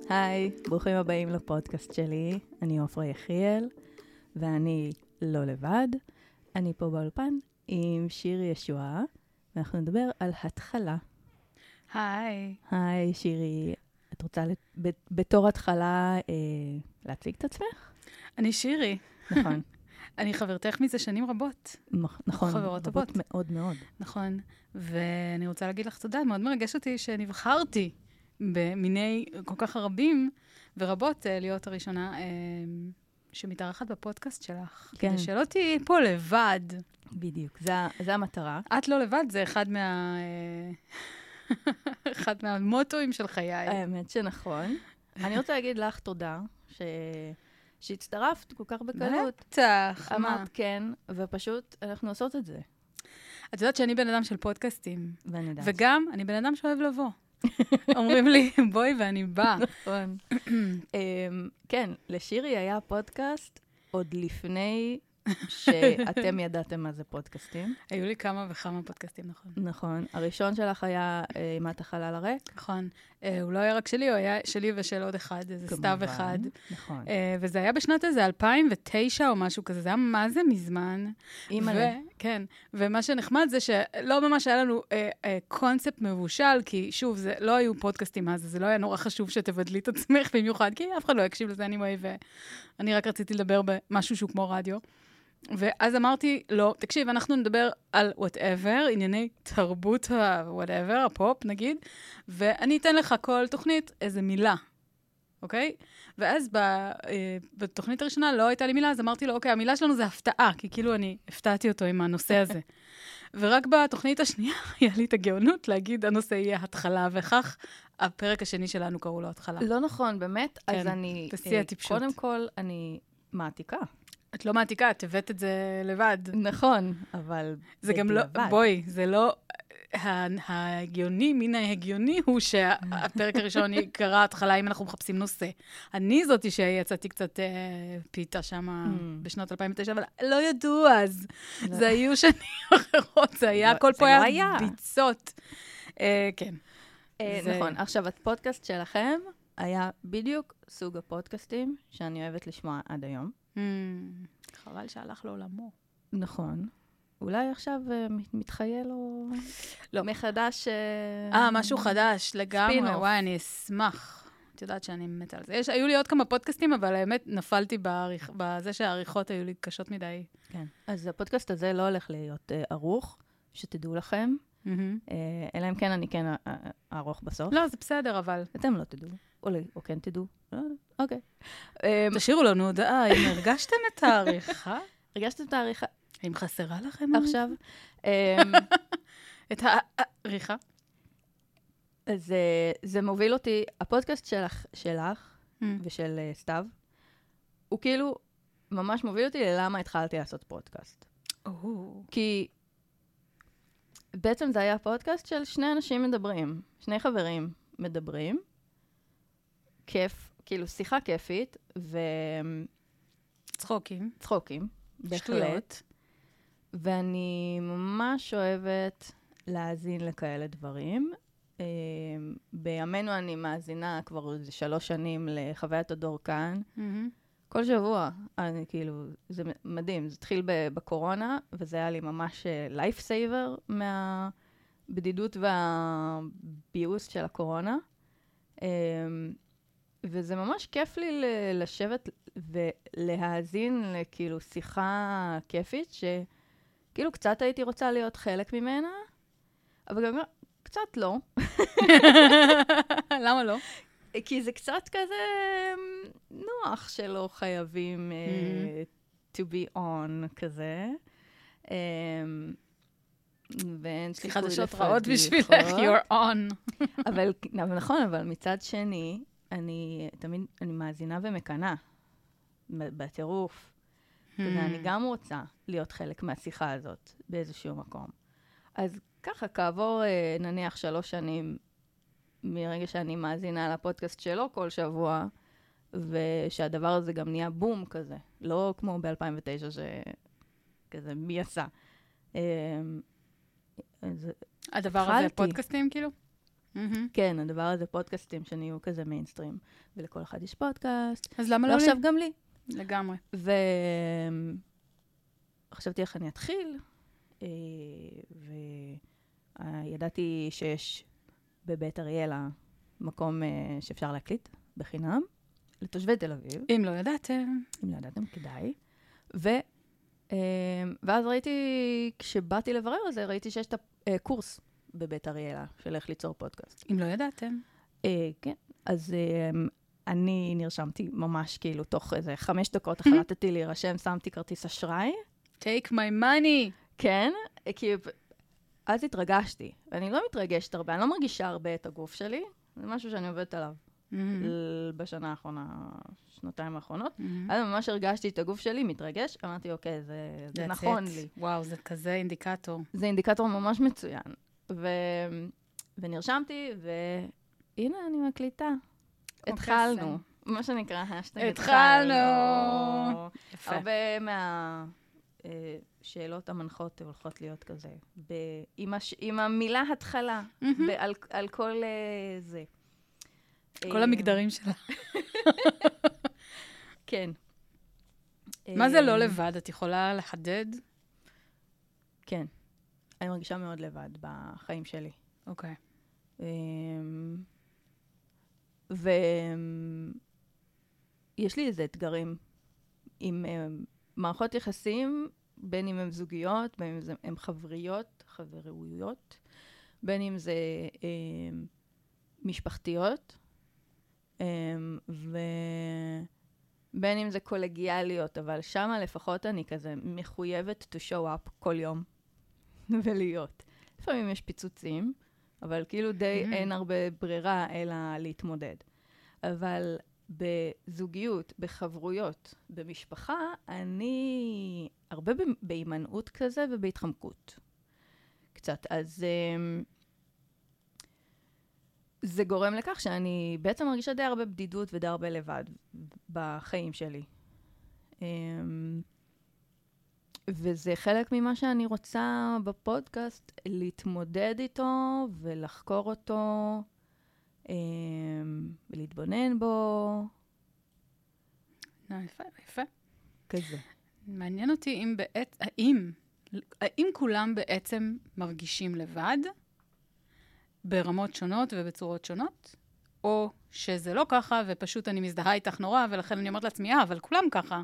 היי, ברוכים הבאים לפודקאסט שלי. אני עופרה יחיאל, ואני לא לבד. אני פה באולפן עם שירי ישועה, ואנחנו נדבר על התחלה. היי. היי, שירי. את רוצה בתור התחלה להציג את עצמך? אני שירי. נכון. אני חברתך מזה שנים רבות. נכון, חברות רבות טובות. מאוד מאוד. נכון. ואני רוצה להגיד לך תודה, מאוד מרגש אותי שנבחרתי במיני כל כך רבים ורבות להיות הראשונה שמתארחת בפודקאסט שלך. כן. כדי שלא תהיי פה לבד. בדיוק, זה המטרה. את לא לבד, זה אחד מהמוטואים של חיי. האמת שנכון. אני רוצה להגיד לך תודה שהצטרפת כל כך בקלות. בטח. אמרת כן, ופשוט אנחנו עושות את זה. את יודעת שאני בן אדם של פודקאסטים. ואני יודעת. וגם אני בן אדם שאוהב לבוא. אומרים לי, בואי ואני באה. נכון. כן, לשירי היה פודקאסט עוד לפני שאתם ידעתם מה זה פודקאסטים. היו לי כמה וכמה פודקאסטים, נכון. נכון. הראשון שלך היה אימת החלל הריק. נכון. הוא לא היה רק שלי, הוא היה שלי ושל עוד אחד, איזה סתיו אחד. נכון. וזה היה בשנת איזה 2009 או משהו כזה, זה היה מה זה מזמן. כן. ומה שנחמד זה שלא ממש היה לנו קונספט מבושל, כי שוב, זה לא היו פודקאסטים אז, זה לא היה נורא חשוב שתבדלי את עצמך במיוחד, כי אף אחד לא יקשיב לזה anyway, ואני רק רציתי לדבר במשהו שהוא כמו רדיו. ואז אמרתי, לא, תקשיב, אנחנו נדבר על whatever, ענייני תרבות whatever, הפופ נגיד, ואני אתן לך כל תוכנית איזה מילה, אוקיי? ואז בתוכנית הראשונה לא הייתה לי מילה, אז אמרתי לו, אוקיי, המילה שלנו זה הפתעה, כי כאילו אני הפתעתי אותו עם הנושא הזה. ורק בתוכנית השנייה היה לי את הגאונות להגיד, הנושא יהיה התחלה, וכך הפרק השני שלנו קראו לו התחלה. לא נכון, באמת? כן, אז אני, תעשי הטיפשות. קודם כל, אני מעתיקה. את לא מעתיקה, את הבאת את זה לבד. נכון, אבל זה גם לא, בואי, זה לא, ההגיוני, מן ההגיוני הוא שהפרק הראשון יקרא התחלה אם אנחנו מחפשים נושא. אני זאתי שיצאתי קצת פיתה שם בשנות 2009, אבל לא ידעו אז. זה היו שנים אחרות, זה היה, הכל פה היה ביצות. כן. נכון, עכשיו, הפודקאסט שלכם היה בדיוק סוג הפודקאסטים שאני אוהבת לשמוע עד היום. חבל שהלך לעולמו. נכון. אולי עכשיו מתחייל או... לא. מחדש... משהו חדש, לגמרי. וואי, אני אשמח. את יודעת שאני מתה על זה. היו לי עוד כמה פודקאסטים, אבל האמת נפלתי בזה שהעריכות היו לי קשות מדי. כן. אז הפודקאסט הזה לא הולך להיות ערוך, שתדעו לכם. אלא אם כן אני כן אערוך בסוף. לא, זה בסדר, אבל... אתם לא תדעו. או כן תדעו. אוקיי. תשאירו לנו הודעה, אם הרגשתם את העריכה? הרגשתם את העריכה? האם חסרה לכם עכשיו? את העריכה? אז זה מוביל אותי, הפודקאסט שלך ושל סתיו, הוא כאילו ממש מוביל אותי ללמה התחלתי לעשות פודקאסט. כי בעצם זה היה פודקאסט של שני אנשים מדברים, שני חברים מדברים, כיף, כאילו שיחה כיפית, צחוקים. צחוקים, שטויות. ואני ממש אוהבת להאזין לכאלה דברים. בימינו אני מאזינה כבר 3 שנים לחוויית הדור כאן. כל שבוע, אני כאילו, זה מדהים, זה התחיל בקורונה, וזה היה לי ממש life saver מהבדידות והביוס של הקורונה. וזה ממש כיף לי לשבת ולהאזין לכאילו שיחה כיפית, שכאילו קצת הייתי רוצה להיות חלק ממנה, אבל גם קצת לא. למה לא? כי זה קצת כזה נוח שלא חייבים to be on כזה. ואין סיכוי חדשות רעות בשבילך, you're on. אבל נכון, אבל מצד שני, אני מאזינה ומקנה בטירוף. אני גם רוצה להיות חלק מהשיחה הזאת באיזשהו מקום. אז ככה, כעבור נניח 3 שנים מרגע שאני מאזינה לפודקאסט שלו כל שבוע, ושהדבר הזה גם נהיה בום כזה. לא כמו ב-2009 שכזה מי עשה. הדבר הזה פודקאסטים כאילו? כן, הדבר הזה, פודקאסטים שנהיו כזה מיינסטרים, ולכל אחד יש פודקאסט. אז למה לא לי? ועכשיו גם לי. לגמרי. וחשבתי איך אני אתחיל, וידעתי שיש בבית אריאלה מקום שאפשר להקליט בחינם, לתושבי תל אביב. אם לא ידעתם. אם לא ידעתם, כדאי. ואז ראיתי, כשבאתי לברר על זה, ראיתי שיש את הקורס בבית אריאלה, של איך ליצור פודקאסט. אם לא ידעתם. כן, אז אני נרשמתי ממש כאילו, תוך איזה 5 דקות החלטתי להירשם, שמתי כרטיס אשראי. Take my money. כן, כי אז התרגשתי, ואני לא מתרגשת הרבה, אני לא מרגישה הרבה את הגוף שלי, זה משהו שאני עובדת עליו בשנה האחרונה, שנתיים האחרונות. אז ממש הרגשתי את הגוף שלי, מתרגש, אמרתי, אוקיי, זה נכון לי. וואו, זה כזה אינדיקטור. זה אינדיקטור ממש מצוין. ונרשמתי, והנה אני מקליטה. התחלנו. מה שנקרא, התחלנו. יפה. הרבה מהשאלות המנחות הולכות להיות כזה, עם המילה התחלה, על כל זה. כל המגדרים שלה. כן. מה זה לא לבד? את יכולה לחדד? כן. אני מרגישה מאוד לבד בחיים שלי. אוקיי. ויש לי איזה אתגרים עם מערכות יחסים, בין אם הן זוגיות, בין אם הן חברויות, בין אם זה משפחתיות, ובין אם זה קולגיאליות, אבל שמה לפחות אני כזה מחויבת to show up כל יום ולהיות. לפעמים יש פיצוצים, אבל כאילו די אין הרבה ברירה אלא להתמודד. אבל בזוגיות, בחברויות, במשפחה, אני הרבה בהימנעות כזה ובהתחמקות. קצת. אז זה גורם לכך שאני בעצם מרגישה די הרבה בדידות ודי הרבה לבד בחיים שלי. וזה חלק ממה שאני רוצה בפודקאסט, להתמודד איתו ולחקור אותו, ולהתבונן בו. יפה, יפה. כזה. מעניין אותי האם כולם בעצם מרגישים לבד, ברמות שונות ובצורות שונות, או שזה לא ככה, ופשוט אני מזדהה איתך נורא, ולכן אני אומרת לעצמי, אבל כולם ככה.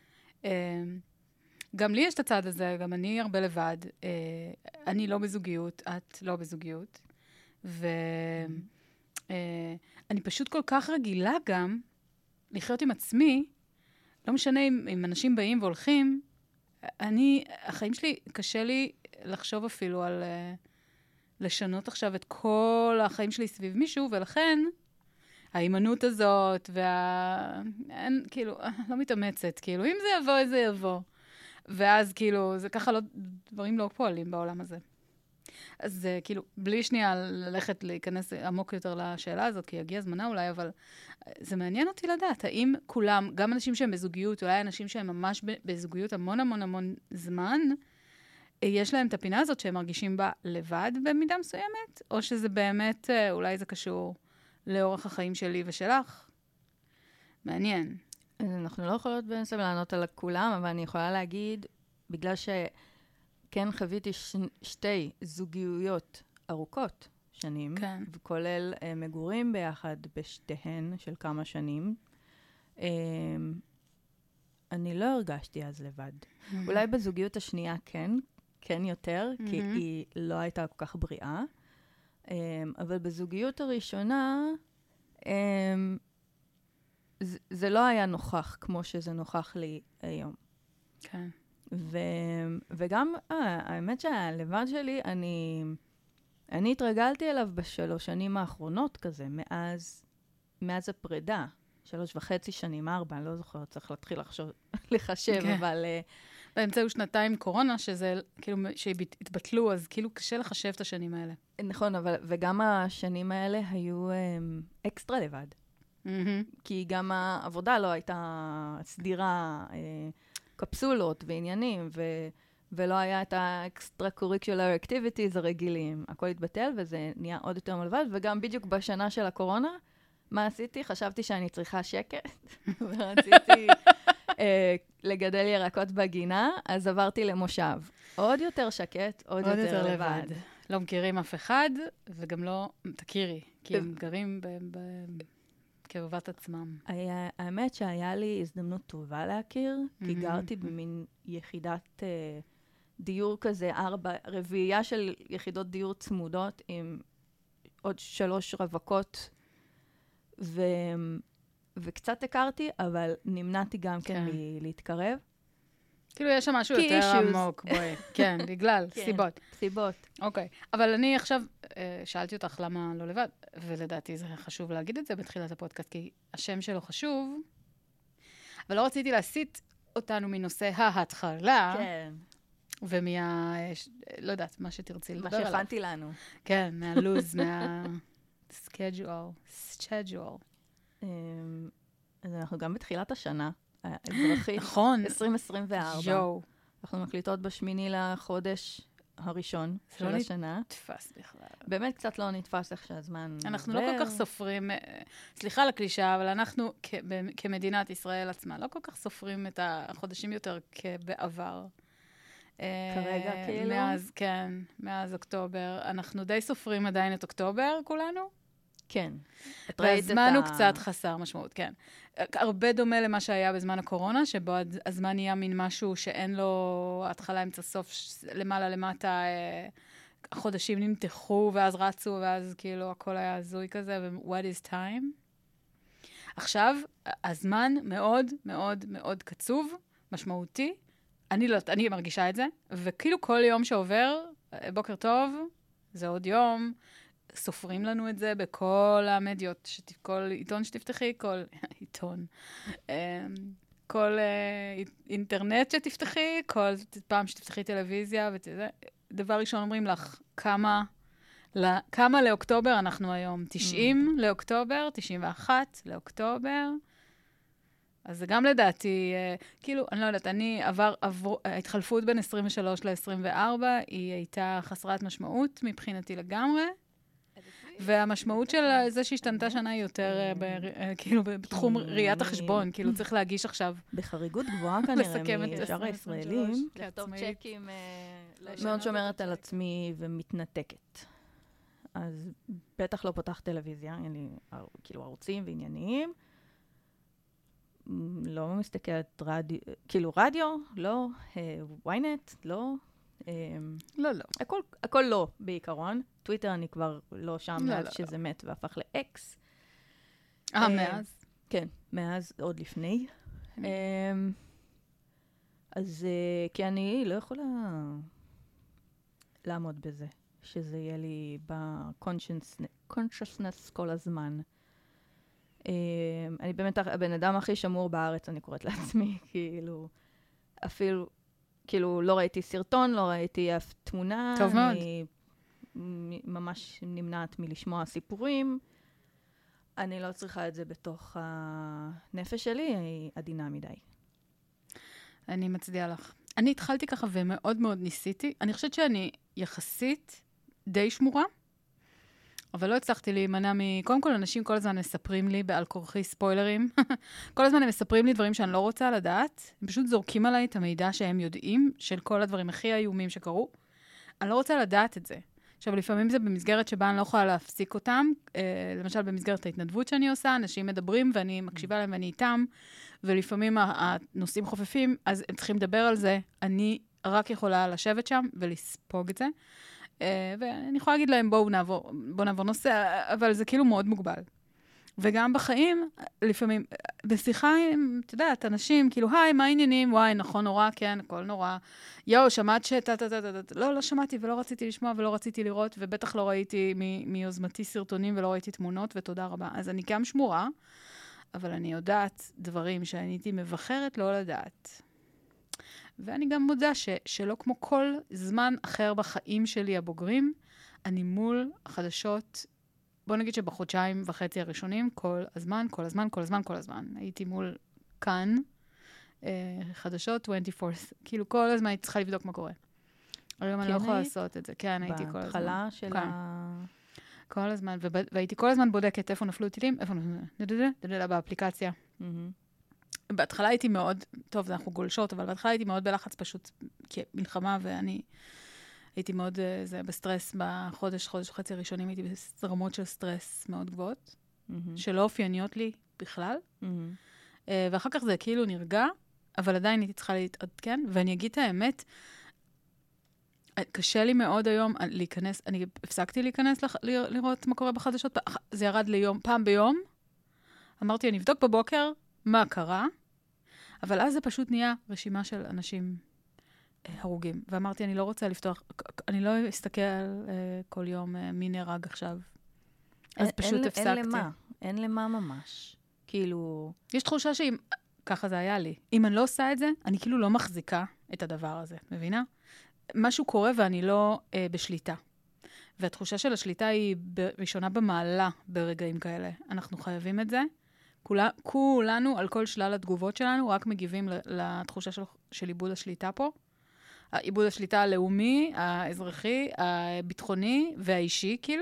גם לי יש את הצד הזה, גם אני הרבה לבד. אני לא בזוגיות, את לא בזוגיות. ואני פשוט כל כך רגילה גם לחיות עם עצמי, לא משנה אם אנשים באים והולכים, החיים שלי, קשה לי לחשוב אפילו על לשנות עכשיו את כל החיים שלי סביב מישהו, ולכן ההימנעות הזאת, כאילו, לא מתאמצת, כאילו, אם זה יבוא, זה יבוא. ואז כאילו, זה ככה דברים לא פועלים בעולם הזה. אז כאילו, בלי שנייה ללכת להיכנס עמוק יותר לשאלה הזאת, כי יגיע זמנה אולי, אבל זה מעניין אותי לדעת, האם כולם, גם אנשים שהם בזוגיות, אולי אנשים שהם ממש בזוגיות המון המון המון זמן, יש להם את הפינה הזאת שהם מרגישים בה לבד במידה מסוימת, או שזה באמת, אולי זה קשור לאורך החיים שלי ושלך? מעניין. אנחנו לא יכולות בעצם לענות על כולם, אבל אני יכולה להגיד, בגלל שכן חוויתי שתי זוגיות ארוכות שנים, כן. וכולל מגורים ביחד בשתיהן של כמה שנים, אני לא הרגשתי אז לבד. אולי בזוגיות השנייה כן יותר, כי היא לא הייתה כל כך בריאה, אבל בזוגיות הראשונה, זה לא היה נוכח כמו שזה נוכח לי היום. כן. וגם, האמת שהלבד שלי, אני התרגלתי אליו ב3 שנים האחרונות כזה, מאז הפרידה. 3.5 שנים, 4, אני לא זוכרת, צריך להתחיל לחשב, כן. אבל... באמצע היו 2 קורונה, שזה כאילו, שהתבטלו, אז כאילו קשה לחשב את השנים האלה. נכון, וגם השנים האלה היו אקסטרה לבד. כי גם העבודה לא הייתה סדירה, קפסולות ועניינים, ולא היה את ה-extracurricular activities הרגילים. הכל התבטל, וזה נהיה עוד יותר מלבד, וגם בדיוק בשנה של הקורונה, מה עשיתי? חשבתי שאני צריכה שקט, ורציתי לגדל ירקות בגינה, אז עברתי למושב. עוד יותר שקט, עוד יותר לבד. לא מכירים אף אחד, וגם לא תכירי, כי הם גרים כבבת עצמם. האמת שהיה לי הזדמנות טובה להכיר, כי גרתי במין יחידת דיור כזה, רביעייה של יחידות דיור צמודות, עם עוד 3 רווקות, וקצת הכרתי, אבל נמנעתי גם כן להתקרב. כאילו, יש שם משהו יותר עמוק, בואי. כן, בגלל סיבות. סיבות. אוקיי. אבל אני עכשיו שאלתי אותך למה לא לבד, ולדעתי זה חשוב להגיד את זה בתחילת הפודקאסט, כי השם שלו חשוב, אבל לא רציתי להסיט אותנו מנושא ההתחלה, כן. לא יודעת, מה שתרצי לדבר עליו. מה שהכנתי לנו. כן, מהלוז, schedule. אז אנחנו גם בתחילת השנה האזרחית. נכון. 2024. יואו. אנחנו מקליטות ב8 לחודש הראשון של השנה. לא נתפס בכלל. באמת קצת לא נתפס איך שהזמן... אנחנו לא כל כך סופרים, סליחה על הקלישה, אבל אנחנו כמדינת ישראל עצמה, לא כל כך סופרים את החודשים יותר כבעבר. כרגע כאילו? מאז אוקטובר. אנחנו די סופרים עדיין את אוקטובר, כולנו? כן. והזמן הוא קצת חסר משמעות, כן. הרבה דומה למה שהיה בזמן הקורונה, שבו הזמן נהיה מין משהו שאין לו התחלה, אמצע, סוף, למעלה, למטה, החודשים נמתחו, ואז רצו, ואז כאילו הכל היה הזוי כזה, ו-what is time? עכשיו, הזמן מאוד מאוד מאוד קצוב, משמעותי. אני מרגישה את זה, וכאילו כל יום שעובר, בוקר טוב, זה עוד יום, סופרים לנו את זה בכל המדיות, כל עיתון שתפתחי, כל עיתון, כל אינטרנט שתפתחי, כל פעם שתפתחי טלוויזיה, דבר ראשון אומרים לך, כמה לאוקטובר אנחנו היום? 90 לאוקטובר, 91 לאוקטובר, אז זה גם לדעתי, כאילו, אני לא יודעת, ההתחלפות בין 23 ל-24, היא הייתה חסרת משמעות מבחינתי לגמרי, והמשמעות של זה שהשתנתה שנה היא יותר, כאילו, בתחום ראיית החשבון, כאילו, צריך להגיש עכשיו. בחריגות גבוהה כנראה משאר הישראלים, לכתוב צ'קים, מאוד שומרת על עצמי ומתנתקת. אז בטח לא פותח טלוויזיה, אין לי כאילו ערוצים וענייניים. לא מסתכלת כאילו רדיו, לא, וויינט, לא. לא. הכל לא, בעיקרון. טוויטר אני כבר לא שם, מאז שזה מת והפך לאקס. מאז? כן, מאז, עוד לפני. אז כי אני לא יכולה לעמוד בזה, שזה יהיה לי ב-consciousness כל הזמן. אני באמת הבן אדם הכי שמור בארץ, אני קוראת לעצמי, כאילו, אפילו, כאילו, לא ראיתי סרטון, לא ראיתי אף תמונה. טוב מאוד. אני ממש נמנעת מלשמוע סיפורים. אני לא צריכה את זה בתוך הנפש שלי, היא עדינה מדי. אני מצדיעה לך. אני התחלתי ככה ומאוד מאוד ניסיתי. אני חושבת שאני יחסית די שמורה, אבל לא הצלחתי להימנע קודם כל, אנשים כל הזמן מספרים לי בעל כורחי ספוילרים. כל הזמן הם מספרים לי דברים שאני לא רוצה לדעת. הם פשוט זורקים עליי את המידע שהם יודעים, של כל הדברים הכי איומים שקרו. אני לא רוצה לדעת את זה. עכשיו, לפעמים זה במסגרת שבה אני לא יכולה להפסיק אותם. למשל, במסגרת ההתנדבות שאני עושה, אנשים מדברים ואני מקשיבה להם ואני איתם, ולפעמים הנושאים חופפים, אז הם צריכים לדבר על זה. אני רק יכולה לשבת שם ולספוג את זה. ואני יכולה להגיד להם, בואו נעבור נושא, אבל זה כאילו מאוד מוגבל. וגם בחיים, לפעמים, בשיחה עם, אתה יודעת, אנשים, כאילו, היי, מה העניינים? וואי, נכון, נורא, כן, הכל נורא. יואו, שמעת לא שמעתי ולא רציתי לשמוע ולא רציתי לראות, ובטח לא ראיתי מיוזמתי סרטונים ולא ראיתי תמונות, ותודה רבה. אז אני גם שמורה, אבל אני יודעת דברים שאני הייתי מבחרת לא לדעת. ואני גם מודה שלא כמו כל זמן אחר בחיים שלי הבוגרים, אני מול החדשות, בוא נגיד שבחודשיים וחצי הראשונים, כל הזמן. הייתי מול כאן, חדשות 24, כאילו כל הזמן הייתי צריכה לבדוק מה קורה. היום אני לא יכולה לעשות את זה. כן, הייתי כל הזמן. בהתחלה של כל הזמן, והייתי כל הזמן בודקת איפה נפלו טילים, איפה נפלו, באפליקציה. בהתחלה הייתי מאוד, טוב, אנחנו גולשות, אבל בהתחלה הייתי מאוד בלחץ פשוט כמלחמה, ואני הייתי מאוד בסטרס חודש וחצי הראשונים, הייתי ברמות של סטרס מאוד גבוהות, שלא אופייניות לי בכלל. ואחר כך זה כאילו נרגע, אבל עדיין הייתי צריכה להתעדכן, ואני אגיד את האמת, קשה לי מאוד היום להיכנס, אני הפסקתי להיכנס לראות מה קורה בחדשות, זה ירד ליום, פעם ביום, אמרתי, אני אבדוק בבוקר מה קרה, אבל אז זה פשוט נהיה רשימה של אנשים הרוגים, ואמרתי, אני לא רוצה לפתוח, אני לא אסתכל כל יום מי נהרג עכשיו, אז פשוט הפסקתי. אין למה ממש, כאילו... יש תחושה שאם, ככה זה היה לי, אם אני לא עושה את זה, אני כאילו לא מחזיקה את הדבר הזה, מבינה? משהו קורה ואני לא בשליטה. והתחושה של השליטה היא ראשונה במעלה ברגעים כאלה. אנחנו חייבים את זה. כולנו, על כל שלל התגובות שלנו, רק מגיבים לתחושה של איבוד השליטה פה. איבוד השליטה הלאומי, האזרחי, הביטחוני והאישי, כאילו.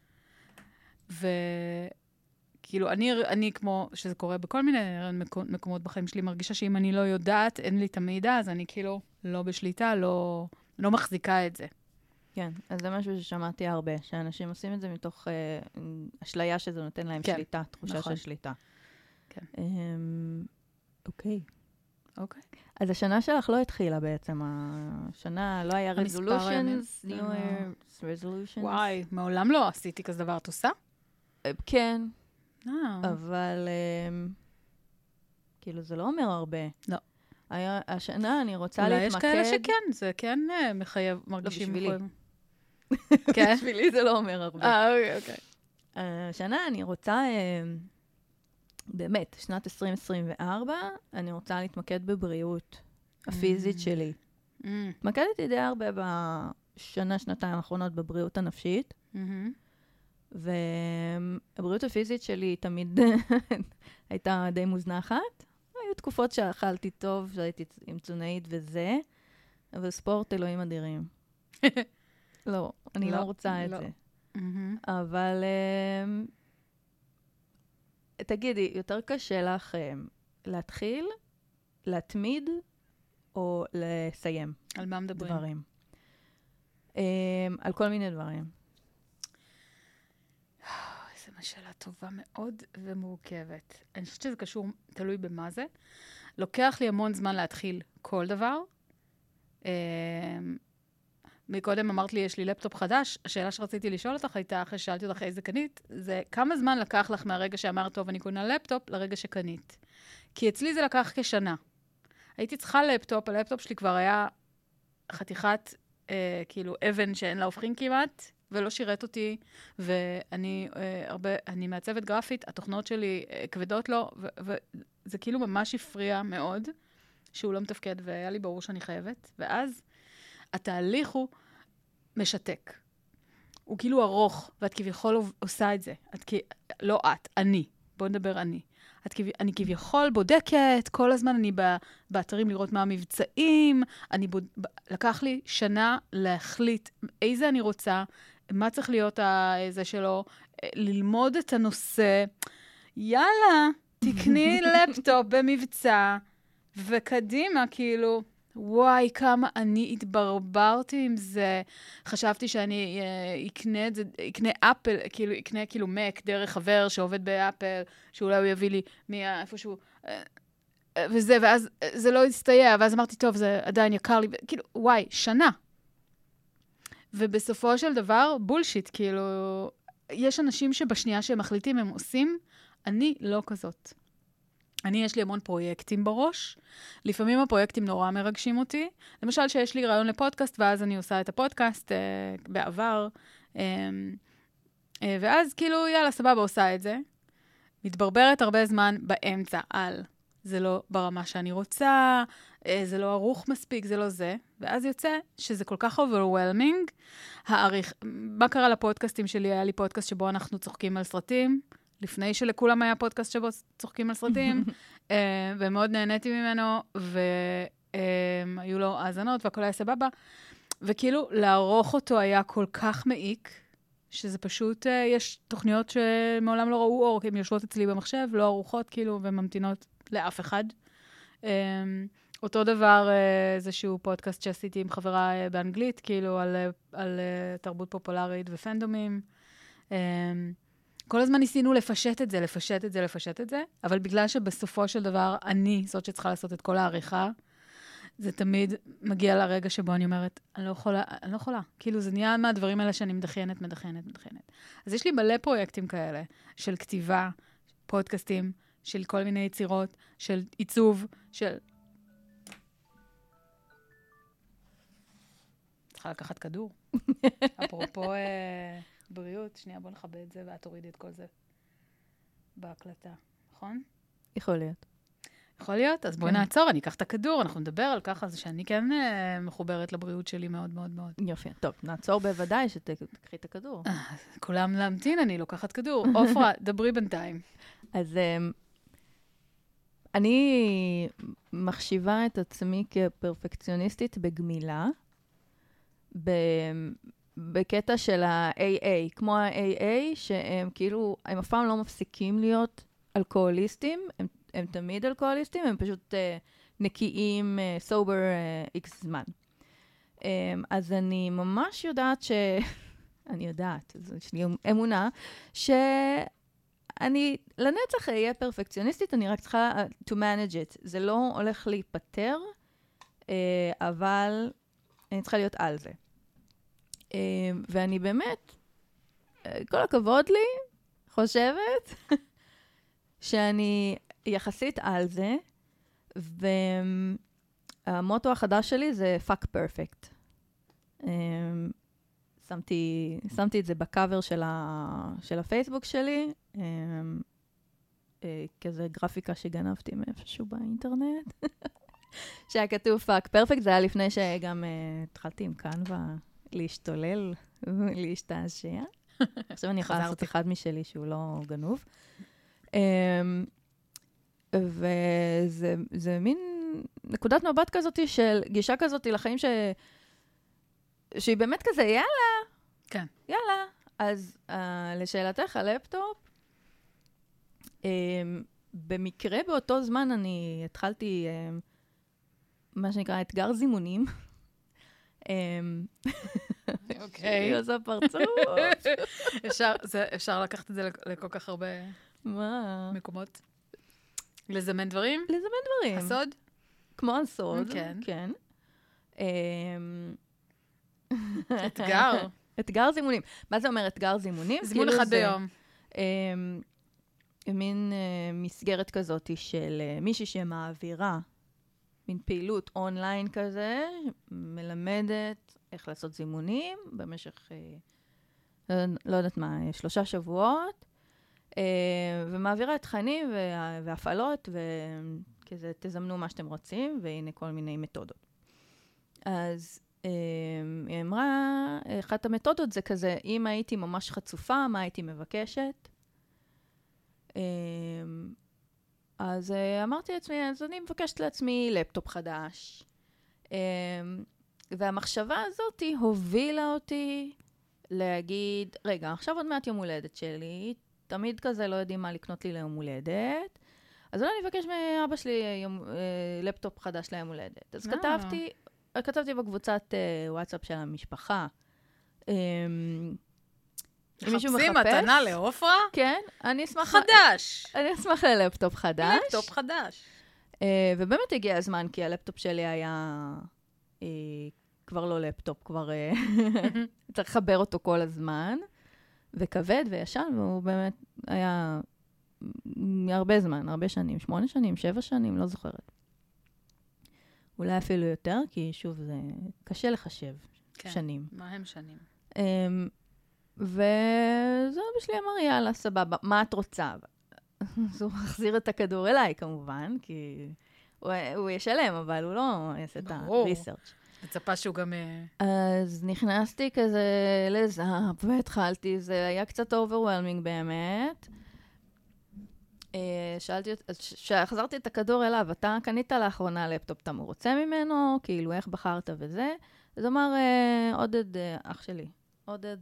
וכאילו, אני כמו שזה קורה בכל מיני מקומות בחיים שלי, מרגישה שאם אני לא יודעת, אין לי את המידע, אז אני כאילו לא בשליטה, לא מחזיקה את זה. כן, אז זה משהו ששמעתי הרבה, שאנשים עושים את זה מתוך אשליה שזה נותן להם שליטה, תחושה של שליטה. כן. אוקיי. אז השנה שלך לא התחילה בעצם, השנה לא היה resolutions, new year resolutions. וואי, מעולם לא עשיתי כזה דבר, את עושה? כן, אבל כאילו זה לא אומר הרבה. לא. השנה אני רוצה להתמקד... אולי יש כאלה שכן, זה כן מחייב, מרגישים מחויבים. כן? בשבילי זה לא אומר הרבה. אוקיי. השנה אני רוצה, באמת, שנת 2024, אני רוצה להתמקד בבריאות הפיזית שלי. התמקדתי די הרבה שנתיים האחרונות בבריאות הנפשית, והבריאות הפיזית שלי תמיד הייתה די מוזנחת. היו תקופות שאכלתי טוב, שהייתי עם תזונאית וזה, אבל ספורט אלוהים אדירים. לא, אני לא רוצה את זה. אבל תגידי, יותר קשה לך להתחיל, להתמיד, או לסיים? על מה מדברים? דברים. על כל מיני דברים. זו שאלה טובה מאוד ומורכבת. אני חושבת שזה קשור, תלוי במה זה. לוקח לי המון זמן להתחיל כל דבר. מקודם אמרת לי, יש לי לפטופ חדש. השאלה שרציתי לשאול אותך הייתה, אחרי ששאלתי אותך איזה קנית, זה כמה זמן לקח לך מהרגע שאמרת, טוב, אני קונה לפטופ, לרגע שקנית. כי אצלי זה לקח כשנה. הייתי צריכה לפטופ, הלפטופ שלי כבר היה חתיכת, כאילו, אבן שאין לה הופכים כמעט, ולא שירת אותי, ואני אני מעצבת גרפית, התוכנות שלי כבדות לו, וזה כאילו ממש הפריע מאוד, שהוא לא מתפקד, והיה לי ברור שאני חייבת, ואז התהליך הוא משתק. הוא כאילו ארוך, ואת כביכול עושה את זה. לא את, אני. בוא נדבר אני. אני כביכול בודקת, כל הזמן אני באתרים לראות מה המבצעים, לקח לי שנה להחליט איזה אני רוצה, מה צריך להיות זה שלו, ללמוד את הנושא. יאללה, תקני לפטופ במבצע, וקדימה, כאילו, וואי, כמה אני התברברתי עם זה. חשבתי שאני אקנה אפל, אקנה כאילו מק דרך חבר שעובד באפל, שאולי הוא יביא לי מאיפשהו, וזה, ואז זה לא הסתייע, ואז אמרתי, טוב, זה עדיין יקר לי, כאילו, וואי, שנה. ובסופו של דבר, בולשיט, כאילו, יש אנשים שבשנייה שהם מחליטים, הם עושים, אני לא כזאת. יש לי המון פרויקטים בראש. לפעמים הפרויקטים נורא מרגשים אותי. למשל, שיש לי רעיון לפודקאסט, ואז אני עושה את הפודקאסט בעבר. ואז כאילו, יאללה, סבבה, עושה את זה. מתברברת הרבה זמן באמצע על זה לא ברמה שאני רוצה, זה לא ערוך מספיק, זה לא זה. ואז יוצא שזה כל כך overwhelming. מה קרה לפודקאסטים שלי? היה לי פודקאסט שבו אנחנו צוחקים על סרטים. לפני שלכולם היה פודקאסט שבו צוחקים על סרטים, ומאוד נהניתי ממנו, והיו לו האזנות, והכל היה סבבה. וכאילו, לערוך אותו היה כל כך מעיק, שזה פשוט, יש תוכניות שמעולם לא ראו אור, כי הן יושבות אצלי במחשב, לא ערוכות, כאילו, וממתינות לאף אחד. אותו דבר, איזשהו פודקאסט שעשיתי עם חברה באנגלית, כאילו, על תרבות פופולרית ופנדומים. כל הזמן ניסינו לפשט את זה, אבל בגלל שבסופו של דבר אני זאת שצריכה לעשות את כל העריכה, זה תמיד מגיע לרגע שבו אני אומרת, אני לא יכולה. כאילו, זה נהיה מהדברים האלה שאני מדחיינת. אז יש לי מלא פרויקטים כאלה, של כתיבה, פודקאסטים, של כל מיני יצירות, של עיצוב, של... צריכה לקחת כדור. אפרופו בריאות, שנייה, בוא נכבה את זה, ואת תורידי את כל זה בהקלטה, נכון? יכול להיות. יכול להיות? אז בואי נעצור, אני אקח את הכדור, אנחנו נדבר על ככה, זה שאני כן מחוברת לבריאות שלי מאוד מאוד מאוד. יופי, טוב, נעצור בוודאי שתקחי את הכדור. כולם להמתין, אני לוקחת כדור. עופרה, דברי בינתיים. אז אני מחשיבה את עצמי כפרפקציוניסטית בגמילה, בקטע של ה-AA, כמו ה-AA, שהם כאילו, הם אף פעם לא מפסיקים להיות אלכוהוליסטים, הם תמיד אלכוהוליסטים, הם פשוט נקיים, סובר, איקס זמן. אז אני ממש יודעת אני יודעת, יש לי אמונה, שאני לנצח אהיה פרפקציוניסטית, אני רק צריכה to manage it. זה לא הולך להיפטר, אבל אני צריכה להיות על זה. ואני באמת, כל הכבוד לי, חושבת שאני יחסית על זה, והמוטו החדש שלי זה fuck perfect. שמתי את זה בקאבר של הפייסבוק שלי, כזה גרפיקה שגנבתי מאיפשהו באינטרנט, שהיה כתוב fuck perfect, זה היה לפני שגם התחלתי עם קנווה להשתולל ולהשתעשע. עכשיו אני יכולה לעשות אחד משלי שהוא לא גנוב. וזה מין נקודת מבט כזאת של גישה כזאת לחיים שהיא באמת כזה, יאללה. כן. יאללה. אז לשאלתך, הלפטופ, במקרה באותו זמן אני התחלתי מה שנקרא אתגר זימונים. אוקיי. היא עושה פרצוף. אפשר לקחת את זה לכל כך הרבה מקומות. לזמן דברים? לזמן דברים. הסוד? כמו הסוד, כן. אתגר. אתגר זימונים. מה זה אומר אתגר זימונים? זימון אחד ביום. מין מסגרת כזאת של מישהי שמעבירה, מין פעילות אונליין כזה, מלמדת איך לעשות זימונים במשך, לא יודעת מה, 3 שבועות, ומעבירה את תכנים והפעלות, וכזה תזמנו מה שאתם רוצים, והנה כל מיני מתודות. אז היא אמרה, אחת המתודות זה כזה, אם הייתי ממש חצופה, מה הייתי מבקשת? אז אמרתי לעצמי, אז אני מבקשת לעצמי לפטופ חדש. והמחשבה הזאת הובילה אותי להגיד, רגע, עכשיו עוד מעט יום הולדת שלי, תמיד כזה לא יודעים מה לקנות לי ליום הולדת, אז אולי אני אבקש מאבא שלי לפטופ חדש ליום הולדת. אז כתבתי בקבוצת וואטסאפ של המשפחה. מחפשים מתנה לעופרה? כן, אני אשמח... חדש. אני אשמח ללפטופ חדש. לפטופ חדש. ובאמת הגיע הזמן, כי הלפטופ שלי היה כבר לא לפטופ, כבר צריך לחבר אותו כל הזמן, וכבד וישן, והוא באמת היה הרבה זמן, הרבה שנים, 8 שנים, 7 שנים, לא זוכרת. אולי אפילו יותר, כי שוב, זה קשה לחשב שנים. מה הם שנים? וזה אבא שלי אמר, יאללה, סבבה, מה את רוצה? אז הוא מחזיר את הכדור אליי, כמובן, כי הוא ישלם, אבל הוא לא יעשה את הריסרצ'. מצפה שהוא גם... אז נכנסתי כזה לזאפ, והתחלתי, זה היה קצת overwhelming באמת. שאלתי, כשחזרתי את הכדור אליו, אתה קנית לאחרונה לפטופ, אתה מרוצה ממנו? כאילו, איך בחרת וזה? אז אמר, עודד, אח שלי, עודד,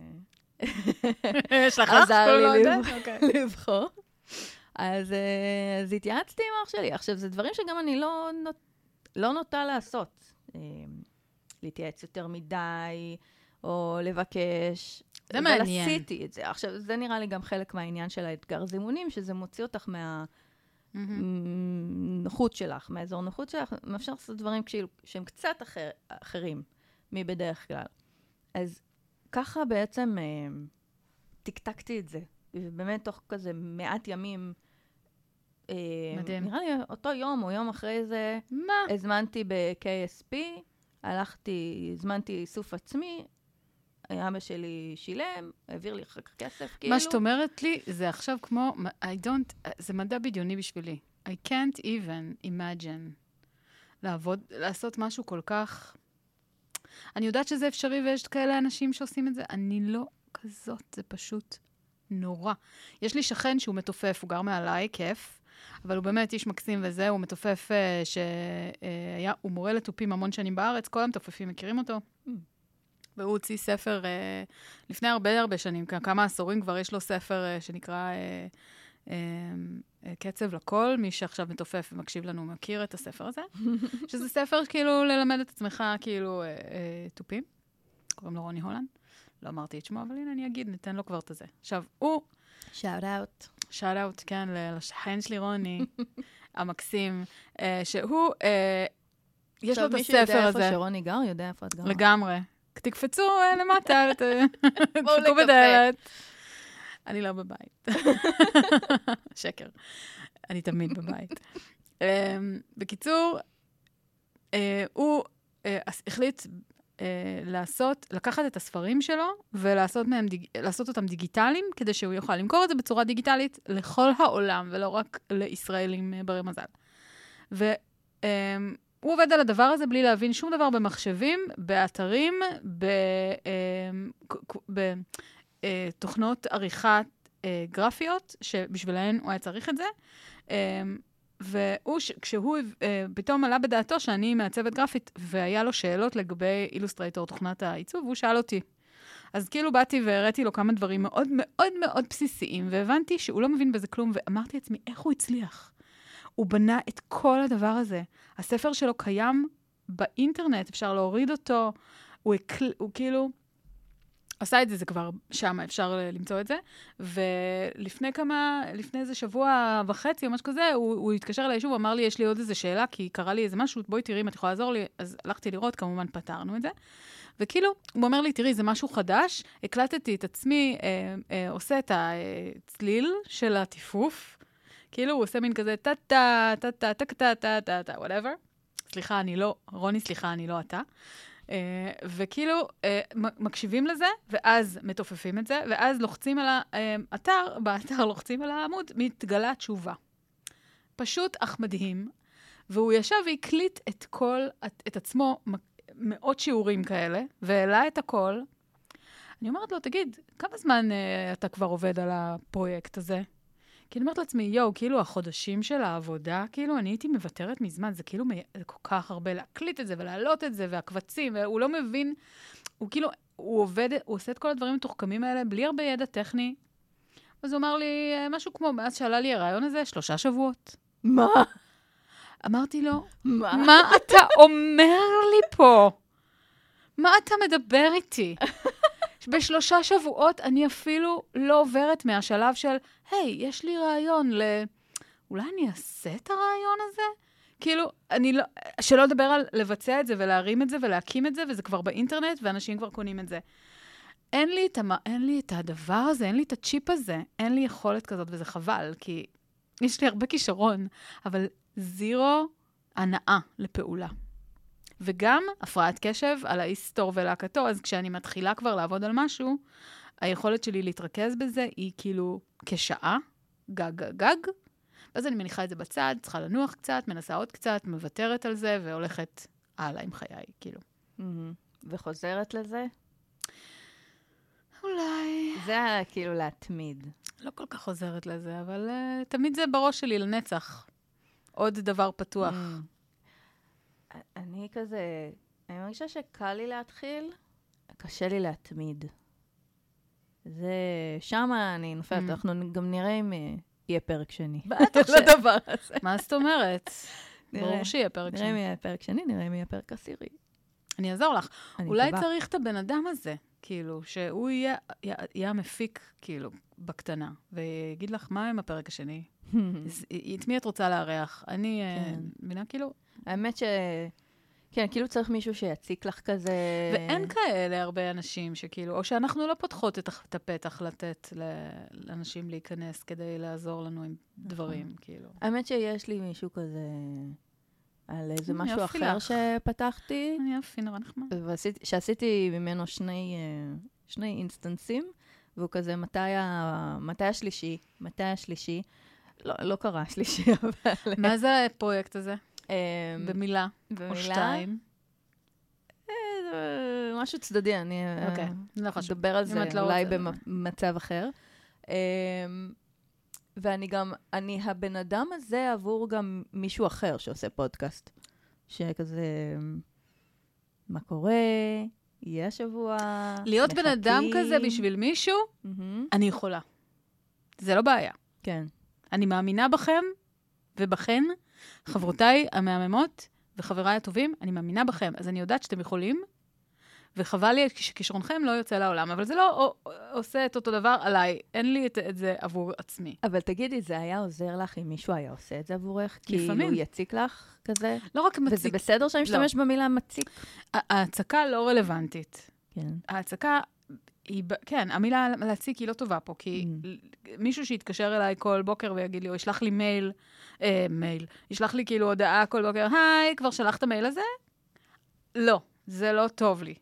יש לך אח כל עודד? לבחור. אז התייעצתי עם אח שלי. עכשיו, זה דברים שגם אני לא נוטה לעשות. להתייעץ יותר מדי, או לבקש. זה מעניין. אבל עשיתי את זה. עכשיו, זה נראה לי גם חלק מהעניין של האתגר זימונים, שזה מוציא אותך מהנוחות שלך, מהאזור נוחות שלך, מאפשר לעשות דברים שהם קצת אחרים מבדרך כלל. אז ככה בעצם תקתקתי את זה. ובאמת תוך כזה מעט ימים, מדהים. נראה לי אותו יום או יום אחרי זה, הזמנתי ב-KSP, הזמנתי איסוף עצמי, אבא שלי שילם, העביר לי אחר כך כסף, כאילו. מה שאת אומרת לי, זה עכשיו כמו, זה מדע בדיוני בשבילי. I can't even imagine לעשות משהו כל כך... אני יודעת שזה אפשרי ויש כאלה אנשים שעושים את זה, אני לא כזאת, זה פשוט נורא. יש לי שכן שהוא מתופף, הוא גר מעליי, כיף, אבל הוא באמת איש מקסים וזה, הוא מתופף הוא מורה לתופים המון שנים בארץ, כל המתופפים מכירים אותו. והוא הוציא ספר לפני הרבה שנים, כמה עשורים כבר יש לו ספר שנקרא קצב לכל, מי שעכשיו מתופף ומקשיב לנו מכיר את הספר הזה, שזה ספר כאילו ללמד את עצמך כאילו תופים, קוראים לו רוני הולנד, לא אמרתי את שמו, אבל הנה אני אגיד, ניתן לו כבר את זה. עכשיו, הוא... שאט אאוט, כן, לשכן שלי רוני, המקסים, שהוא, יש לו את הספר הזה. עכשיו, מישהו יודע איפה שרוני גר, יודע איפה את גרה. לגמרי. תקפצו למטה, תקפו בדלת. אני לא בבית. שקר. אני תמיד בבית. בקיצור, הוא החליט לקחת את הספרים שלו ולעשות אותם דיגיטליים, כדי שהוא יוכל למכור את זה בצורה דיגיטלית לכל העולם, ולא רק לישראלים ברי מזל. הוא עובד על הדבר הזה בלי להבין שום דבר במחשבים, באתרים, בתוכנות עריכת גרפיות, שבשבילהן הוא היה צריך את זה. וכשהוא פתאום עלה בדעתו שאני מעצבת גרפית, והיה לו שאלות לגבי אילוסטרייטור, תוכנת העיצוב, והוא שאל אותי. אז כאילו באתי והראיתי לו כמה דברים מאוד מאוד מאוד בסיסיים, והבנתי שהוא לא מבין בזה כלום, ואמרתי לעצמי, איך הוא הצליח? הוא בנה את כל הדבר הזה. הספר שלו קיים באינטרנט, אפשר להוריד אותו, הוא כאילו עשה את זה, זה כבר שם, אפשר למצוא את זה. ולפני איזה שבוע וחצי או משהו כזה, הוא התקשר אליי שוב, אמר לי, יש לי עוד איזה שאלה, כי קרה לי איזה משהו, בואי תראי אם את יכולה לעזור לי. אז הלכתי לראות, כמובן פתרנו את זה. וכאילו, הוא אומר לי, תראי, זה משהו חדש, הקלטתי את עצמי, עושה את הצליל של הטיפוף, כאילו הוא עושה מין כזה, טה-טה, טה-טה, טה-טה, טה-טה, טה, whatever. סליחה, אני לא, רוני, סליחה, אני לא אתה. וכאילו, מקשיבים לזה, ואז מתופפים את זה, ואז לוחצים על האתר, באתר לוחצים על העמוד, מתגלה תשובה. פשוט אך מדהים. והוא ישב והקליט את עצמו, מאות שיעורים כאלה, והעלה את הכל. אני אומרת לו, תגיד, כמה זמן אתה כבר עובד על הפרויקט הזה? כי אני אומרת לעצמי, כאילו החודשים של העבודה, כאילו אני הייתי מוותרת מזמן, זה כאילו זה כל כך הרבה להקליט את זה ולהעלות את זה, והקבצים, והוא לא מבין, הוא כאילו, הוא עושה את כל הדברים המתוחכמים האלה, בלי הרבה ידע טכני. אז הוא אמר לי, משהו כמו, מאז שעלה לי הרעיון הזה, 3 שבועות. מה? אמרתי לו, מה אתה אומר לי פה? מה אתה מדבר איתי? ב3 שבועות אני אפילו לא עוברת מהשלב של, היי, יש לי רעיון אולי אני אעשה את הרעיון הזה? כאילו, שלא לדבר על לבצע את זה ולהרים את זה ולהקים את זה, וזה כבר באינטרנט, ואנשים כבר קונים את זה. אין לי את הדבר הזה, אין לי את הצ'יפ הזה, אין לי יכולת כזאת, וזה חבל, כי יש לי הרבה כישרון, אבל 0 הנאה לפעולה. וגם הפרעת קשב על האיסטור ולהקתו, אז כשאני מתחילה כבר לעבוד על משהו, היכולת שלי להתרכז בזה היא כאילו כשעה, גג, ואז אני מניחה את זה בצד, צריכה לנוח קצת, מנסה עוד קצת, מוותרת על זה, והולכת הלאה עם חיי, כאילו. וחוזרת לזה? אולי. זה היה כאילו להתמיד. לא כל כך עוזרת לזה, אבל תמיד זה בראש שלי לנצח. עוד דבר פתוח. אני כזה, אני מרגישה שקל לי להתחיל, קשה לי להתמיד. זה, שמה אני נופלת, אנחנו גם נראה אם יהיה פרק שני. בטח לדבר הזה. מה זאת אומרת? ברור שיהיה פרק נראה אם שני. יהיה פרק שני, נראה אם יהיה פרק עשירי. אני אעזור לך. אני אולי מקווה. צריך את הבן אדם הזה, כאילו, שהוא יהיה המפיק, כאילו, בקטנה, ויגיד לך, מה עם הפרק השני? את מי את רוצה לארח? אני מבינה, כאילו... האמת כן, כאילו צריך מישהו שיציק לך כזה... ואין כאלה הרבה אנשים שכאילו, או שאנחנו לא פותחות את הפתח לתת לאנשים להיכנס כדי לעזור לנו עם דברים, כאילו. האמת שיש לי מישהו כזה על איזה משהו יופי אחר לך. שפתחתי, יופי, נורא נחמד. שעשיתי ממנו שני אינסטנסים, והוא כזה, מתי השלישי? לא קרה השלישי, אבל... מה זה הפרויקט הזה? במילה. או שתיים? משהו צדדי, אני לא חשוב. אדבר על זה לא אולי רוצה. במצב אחר. ואני גם, אני הבן אדם הזה עבור גם מישהו אחר שעושה פודקאסט. שכזה, מה קורה? יהיה השבוע? להיות בן אדם מחכים. כזה בשביל מישהו, אני יכולה. זה לא בעיה. כן. אני מאמינה בכם ובכן, חברותיי המהממות וחבריי הטובים, אני מאמינה בכם. אז אני יודעת שאתם יכולים, וחבל לי שכישרונכם לא יוצא לעולם, אבל זה לא עושה את אותו דבר עליי. אין לי את זה עבור עצמי. אבל תגידי, זה היה עוזר לך אם מישהו היה עושה את זה עבורך? לפעמים. כאילו יציק לך כזה? לא רק מציק. וזה בסדר שאני משתמש במילה מציק? ההצקה לא רלוונטית. כן. ההצקה היא, כן, המילה להציק היא לא טובה פה, כי מישהו שיתקשר אליי כל בוקר ויגיד לי, או ישלח לי מייל, ישלח לי כאילו הודעה כל בוקר, היי, כבר שלחת מייל הזה? לא, זה לא טוב לי.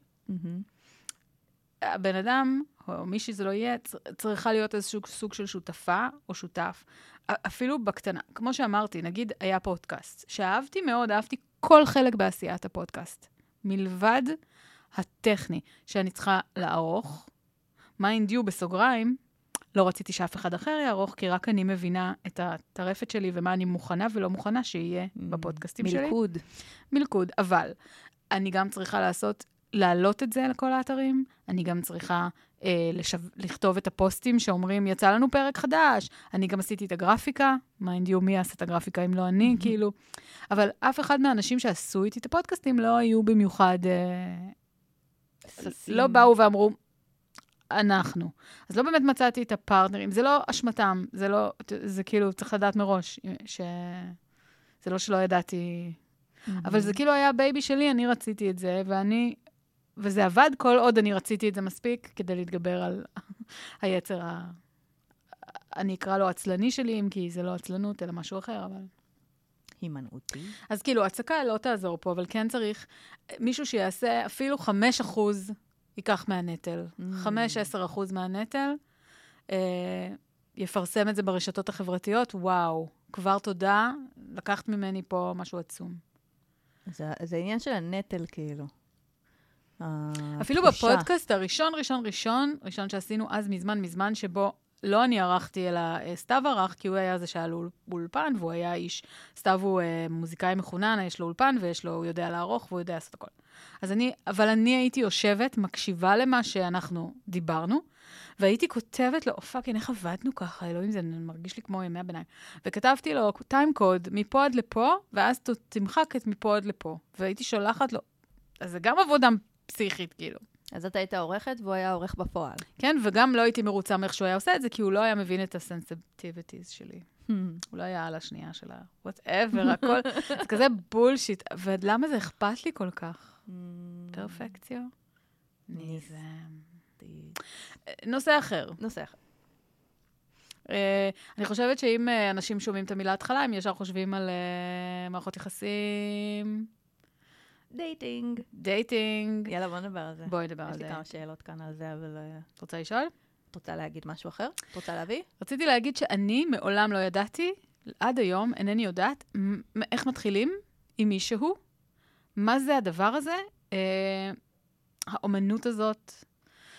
הבן אדם, או מי שזה לא יהיה, צריכה להיות איזשהו סוג של שותפה או שותף, אפילו בקטנה. כמו שאמרתי, נגיד היה פודקאסט, שאהבתי מאוד, אהבתי כל חלק בעשיית הפודקאסט, מלבד הטכני, שאני צריכה לערוך, mind you בסוגריים, לא רציתי שאף אחד אחר יערוך, כי רק אני מבינה את הטרפת שלי ומה אני מוכנה ולא מוכנה שיהיה בפודקאסטים שלי. מלכוד, אבל אני גם צריכה להעלות את זה לכל האתרים, אני גם צריכה לכתוב את הפוסטים שאומרים, יצא לנו פרק חדש, אני גם עשיתי את הגרפיקה, mind you, מי עשה את הגרפיקה אם לא אני, כאילו, אבל אף אחד מהאנשים שעשו איתי את הפודקאסטים לא היו במיוחד, לא באו ואמרו, אנחנו. אז לא באמת מצאתי את הפרטנרים, זה לא אשמתם, זה כאילו, צריך לדעת מראש, זה לא שלא ידעתי, אבל זה כאילו היה הבייבי שלי, אני רציתי את זה, וזה עבד כל עוד אני רציתי את זה מספיק, כדי להתגבר על היצר, אני אקרא לו עצלני שלי, אם כי זה לא עצלנות, אלא משהו אחר, אבל... הימנעותי. אז כאילו, הצקה לא תעזור פה, אבל כן צריך מישהו שיעשה אפילו 5% ייקח מהנטל. 5-10% מהנטל, יפרסם את זה ברשתות החברתיות, וואו, כבר תודה, לקחת ממני פה משהו עצום. זה עניין של הנטל, כאילו. אפילו בפודקאסט הראשון שעשינו אז מזמן, שבו לא אני ערכתי, אלא סתיו ערך, כי הוא היה זה שהיה לו אולפן, והוא היה איש, סתיו הוא מוזיקאי מחונן, יש לו אולפן, הוא יודע לערוך, והוא יודע לעשות הכל. אבל אני הייתי יושבת, מקשיבה למה שאנחנו דיברנו, והייתי כותבת לו, פאק, איך עבדנו ככה, אלוהים, זה מרגיש לי כמו ימי הביניים. וכתבתי לו טיים קוד, מפה עד לפה, ואז תמחק את מפה עד לפה. והייתי שולחת לו, אז זה גם עבודה פסיכית, כאילו. אז אתה היית עורכת, והוא היה עורך בפועל. כן, וגם לא הייתי מרוצה מאיך שהוא היה עושה את זה, כי הוא לא היה מבין את הסנסיטיביטיז שלי. הוא לא היה על השנייה שלה. whatever, הכל. זה כזה בולשיט. ולמה זה אכפת לי כל כך? פרפקציו? נושא אחר. אני חושבת שאם אנשים שומעים את המילה התחלה, הם ישר חושבים על מערכות יחסים... דייטינג. יאללה, בוא נדבר על זה. בואי נדבר על זה. יש לי כמה שאלות כאן על זה, אבל... את רוצה לשאול? את רוצה להגיד משהו אחר? את רוצה להביא? רציתי להגיד שאני מעולם לא ידעתי, עד היום אינני יודעת, איך מתחילים עם מישהו, מה זה הדבר הזה, האומנות הזאת,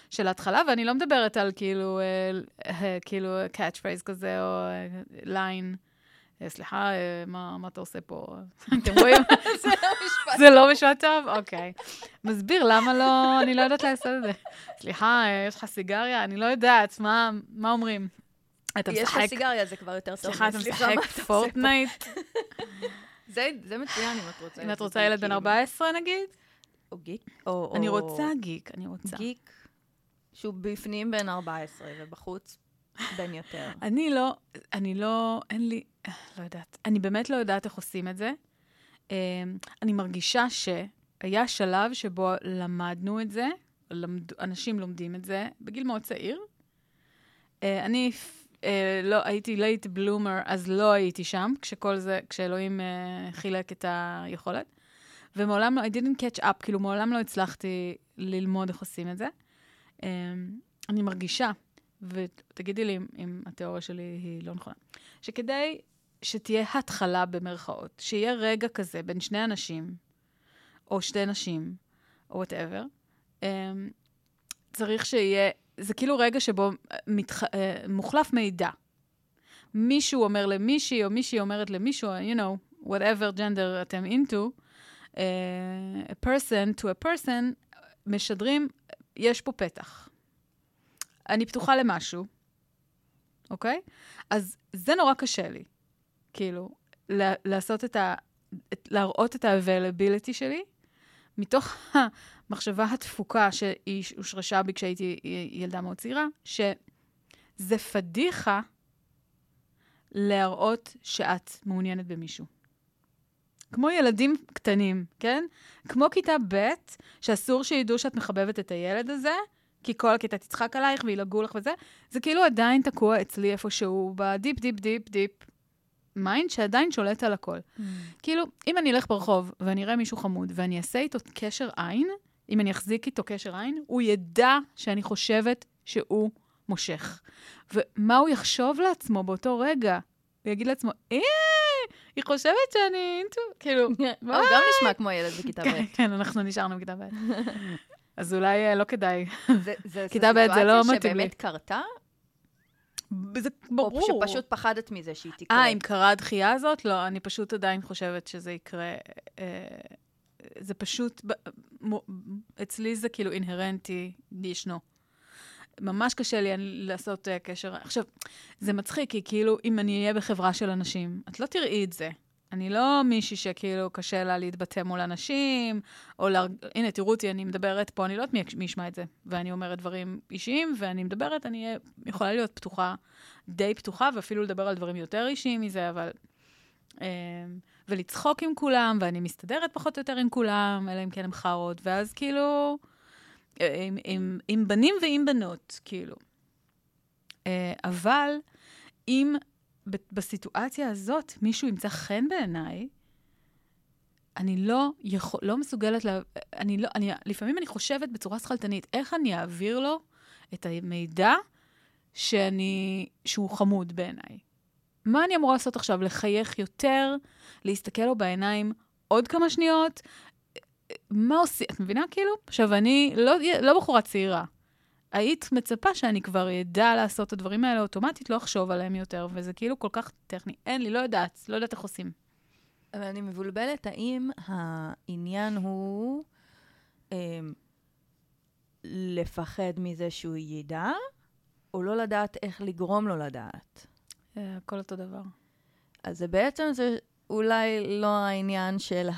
של ההתחלה, ואני לא מדברת על כאילו catch phrase כזה, או line. סליחה, מה אתה עושה פה? אתם רואים? זה לא משפט. זה לא משפט טוב? אוקיי. מסביר למה לא, אני לא יודעת לעשות את זה. סליחה, יש לך סיגריה? אני לא יודעת, מה אומרים? אתה יש משחק... לך סיגריה, זה כבר יותר טוב. סליחה, אתה משחק פורטנייט? זה מצוין אם את רוצה. אם את רוצה ילד בן 14, נגיד? או גיק. אני רוצה גיק, אני רוצה. גיק, שהוא בפנים בין 14 ובחוץ בין יותר. אני לא, אין לי, לא יודעת. אני באמת לא יודעת איך עושים את זה. אני מרגישה שהיה שלב שבו למדנו את זה, אנשים לומדים את זה בגיל מאוד צעיר. אני לא הייתי לייט בלומר, אז לא הייתי שם, כשאלוהים חילק את היכולת. ומעולם לא, I didn't catch up, כאילו מעולם לא הצלחתי ללמוד איך עושים את זה. אני מרגישה, ותגידי לי אם התיאוריה שלי היא לא נכונה, שכדי שתהיה התחלה במרכאות, שיהיה רגע כזה בין שני אנשים, או שתי נשים, או whatever, צריך שיהיה, זה כאילו רגע שבו מוחלף מידע. מישהו אומר למישהי, או מישהי אומרת למישהו, you know, whatever gender אתם into, a person to a person, משדרים, יש פה פתח. אני פתוחה למשהו, אוקיי? אז זה נורא קשה לי, כאילו, לעשות להראות את ה-availability שלי, מתוך המחשבה התפוקה שהיא הושרשה בי כשהייתי ילדה מאוד צעירה, שזה פדיחה להראות שאת מעוניינת במישהו. כמו ילדים קטנים, כן? כמו כיתה ב' שאסור שידעו שאת מחבבת את הילד הזה, כי כל הכיתה תצחק עלייך וילגעו לך וזה, זה כאילו עדיין תקוע אצלי איפשהו בדיפ, דיפ, דיפ, דיפ, מיינד שעדיין שולט על הכל. כאילו, אם אני אלך ברחוב ואני אראה מישהו חמוד ואני אעשה איתו קשר עין, אם אני אחזיק איתו קשר עין, הוא ידע שאני חושבת שהוא מושך. ומה הוא יחשוב לעצמו באותו רגע? הוא יגיד לעצמו, היא חושבת שאני אינטו, כאילו, הוא גם נשמע כמו ילד בכיתה ב'. כן, אנחנו נשארנו בכיתה ב'. אז אולי לא כדאי. זה כיתה ב' זה לא מתאים לי. שבאמת קרתה? זה ברור. או שפשוט פחדת מזה שהיא תקרה. אם קרה הדחייה הזאת? לא, אני פשוט עדיין חושבת שזה יקרה. זה פשוט, אצלי זה כאילו אינהרנטי, ישנו. ממש קשה לי לעשות קשר. עכשיו, זה מצחיק, כי כאילו, אם אני אהיה בחברה של אנשים, את לא תראי את זה. אני לא מישהי שכאילו קשה לה להתבטא מול אנשים, או הנה, תראו אותי, אני מדברת פה, אני לא יודעת מי ישמע את זה. ואני אומרת דברים אישיים, ואני מדברת, אני יכולה להיות פתוחה, די פתוחה, ואפילו לדבר על דברים יותר אישיים מזה, אבל... ולצחוק עם כולם, ואני מסתדרת פחות או יותר עם כולם, אלא אם כן הם חרות, ואז כאילו... עם בנים ועם בנות, כאילו. אבל אם בסיטואציה הזאת מישהו ימצא חן בעיניי, אני לא מסוגלת, לפעמים אני חושבת בצורה שכלתנית, איך אני אעביר לו את המידע שהוא חמוד בעיניי. מה אני אמורה לעשות עכשיו? לחייך יותר, להסתכל לו בעיניים עוד כמה שניות, מה עושים? את מבינה כאילו? עכשיו, אני לא בחורה צעירה. היית מצפה שאני כבר ידע לעשות את הדברים האלה אוטומטית, לא אחשוב עליהם יותר, וזה כאילו כל כך טכני. אין לי, לא יודעת איך עושים. אבל אני מבולבלת, האם העניין הוא לפחד מזה שהוא ידע, או לא לדעת איך לגרום לו לדעת? הכל אותו דבר. אז זה בעצם, זה אולי לא העניין של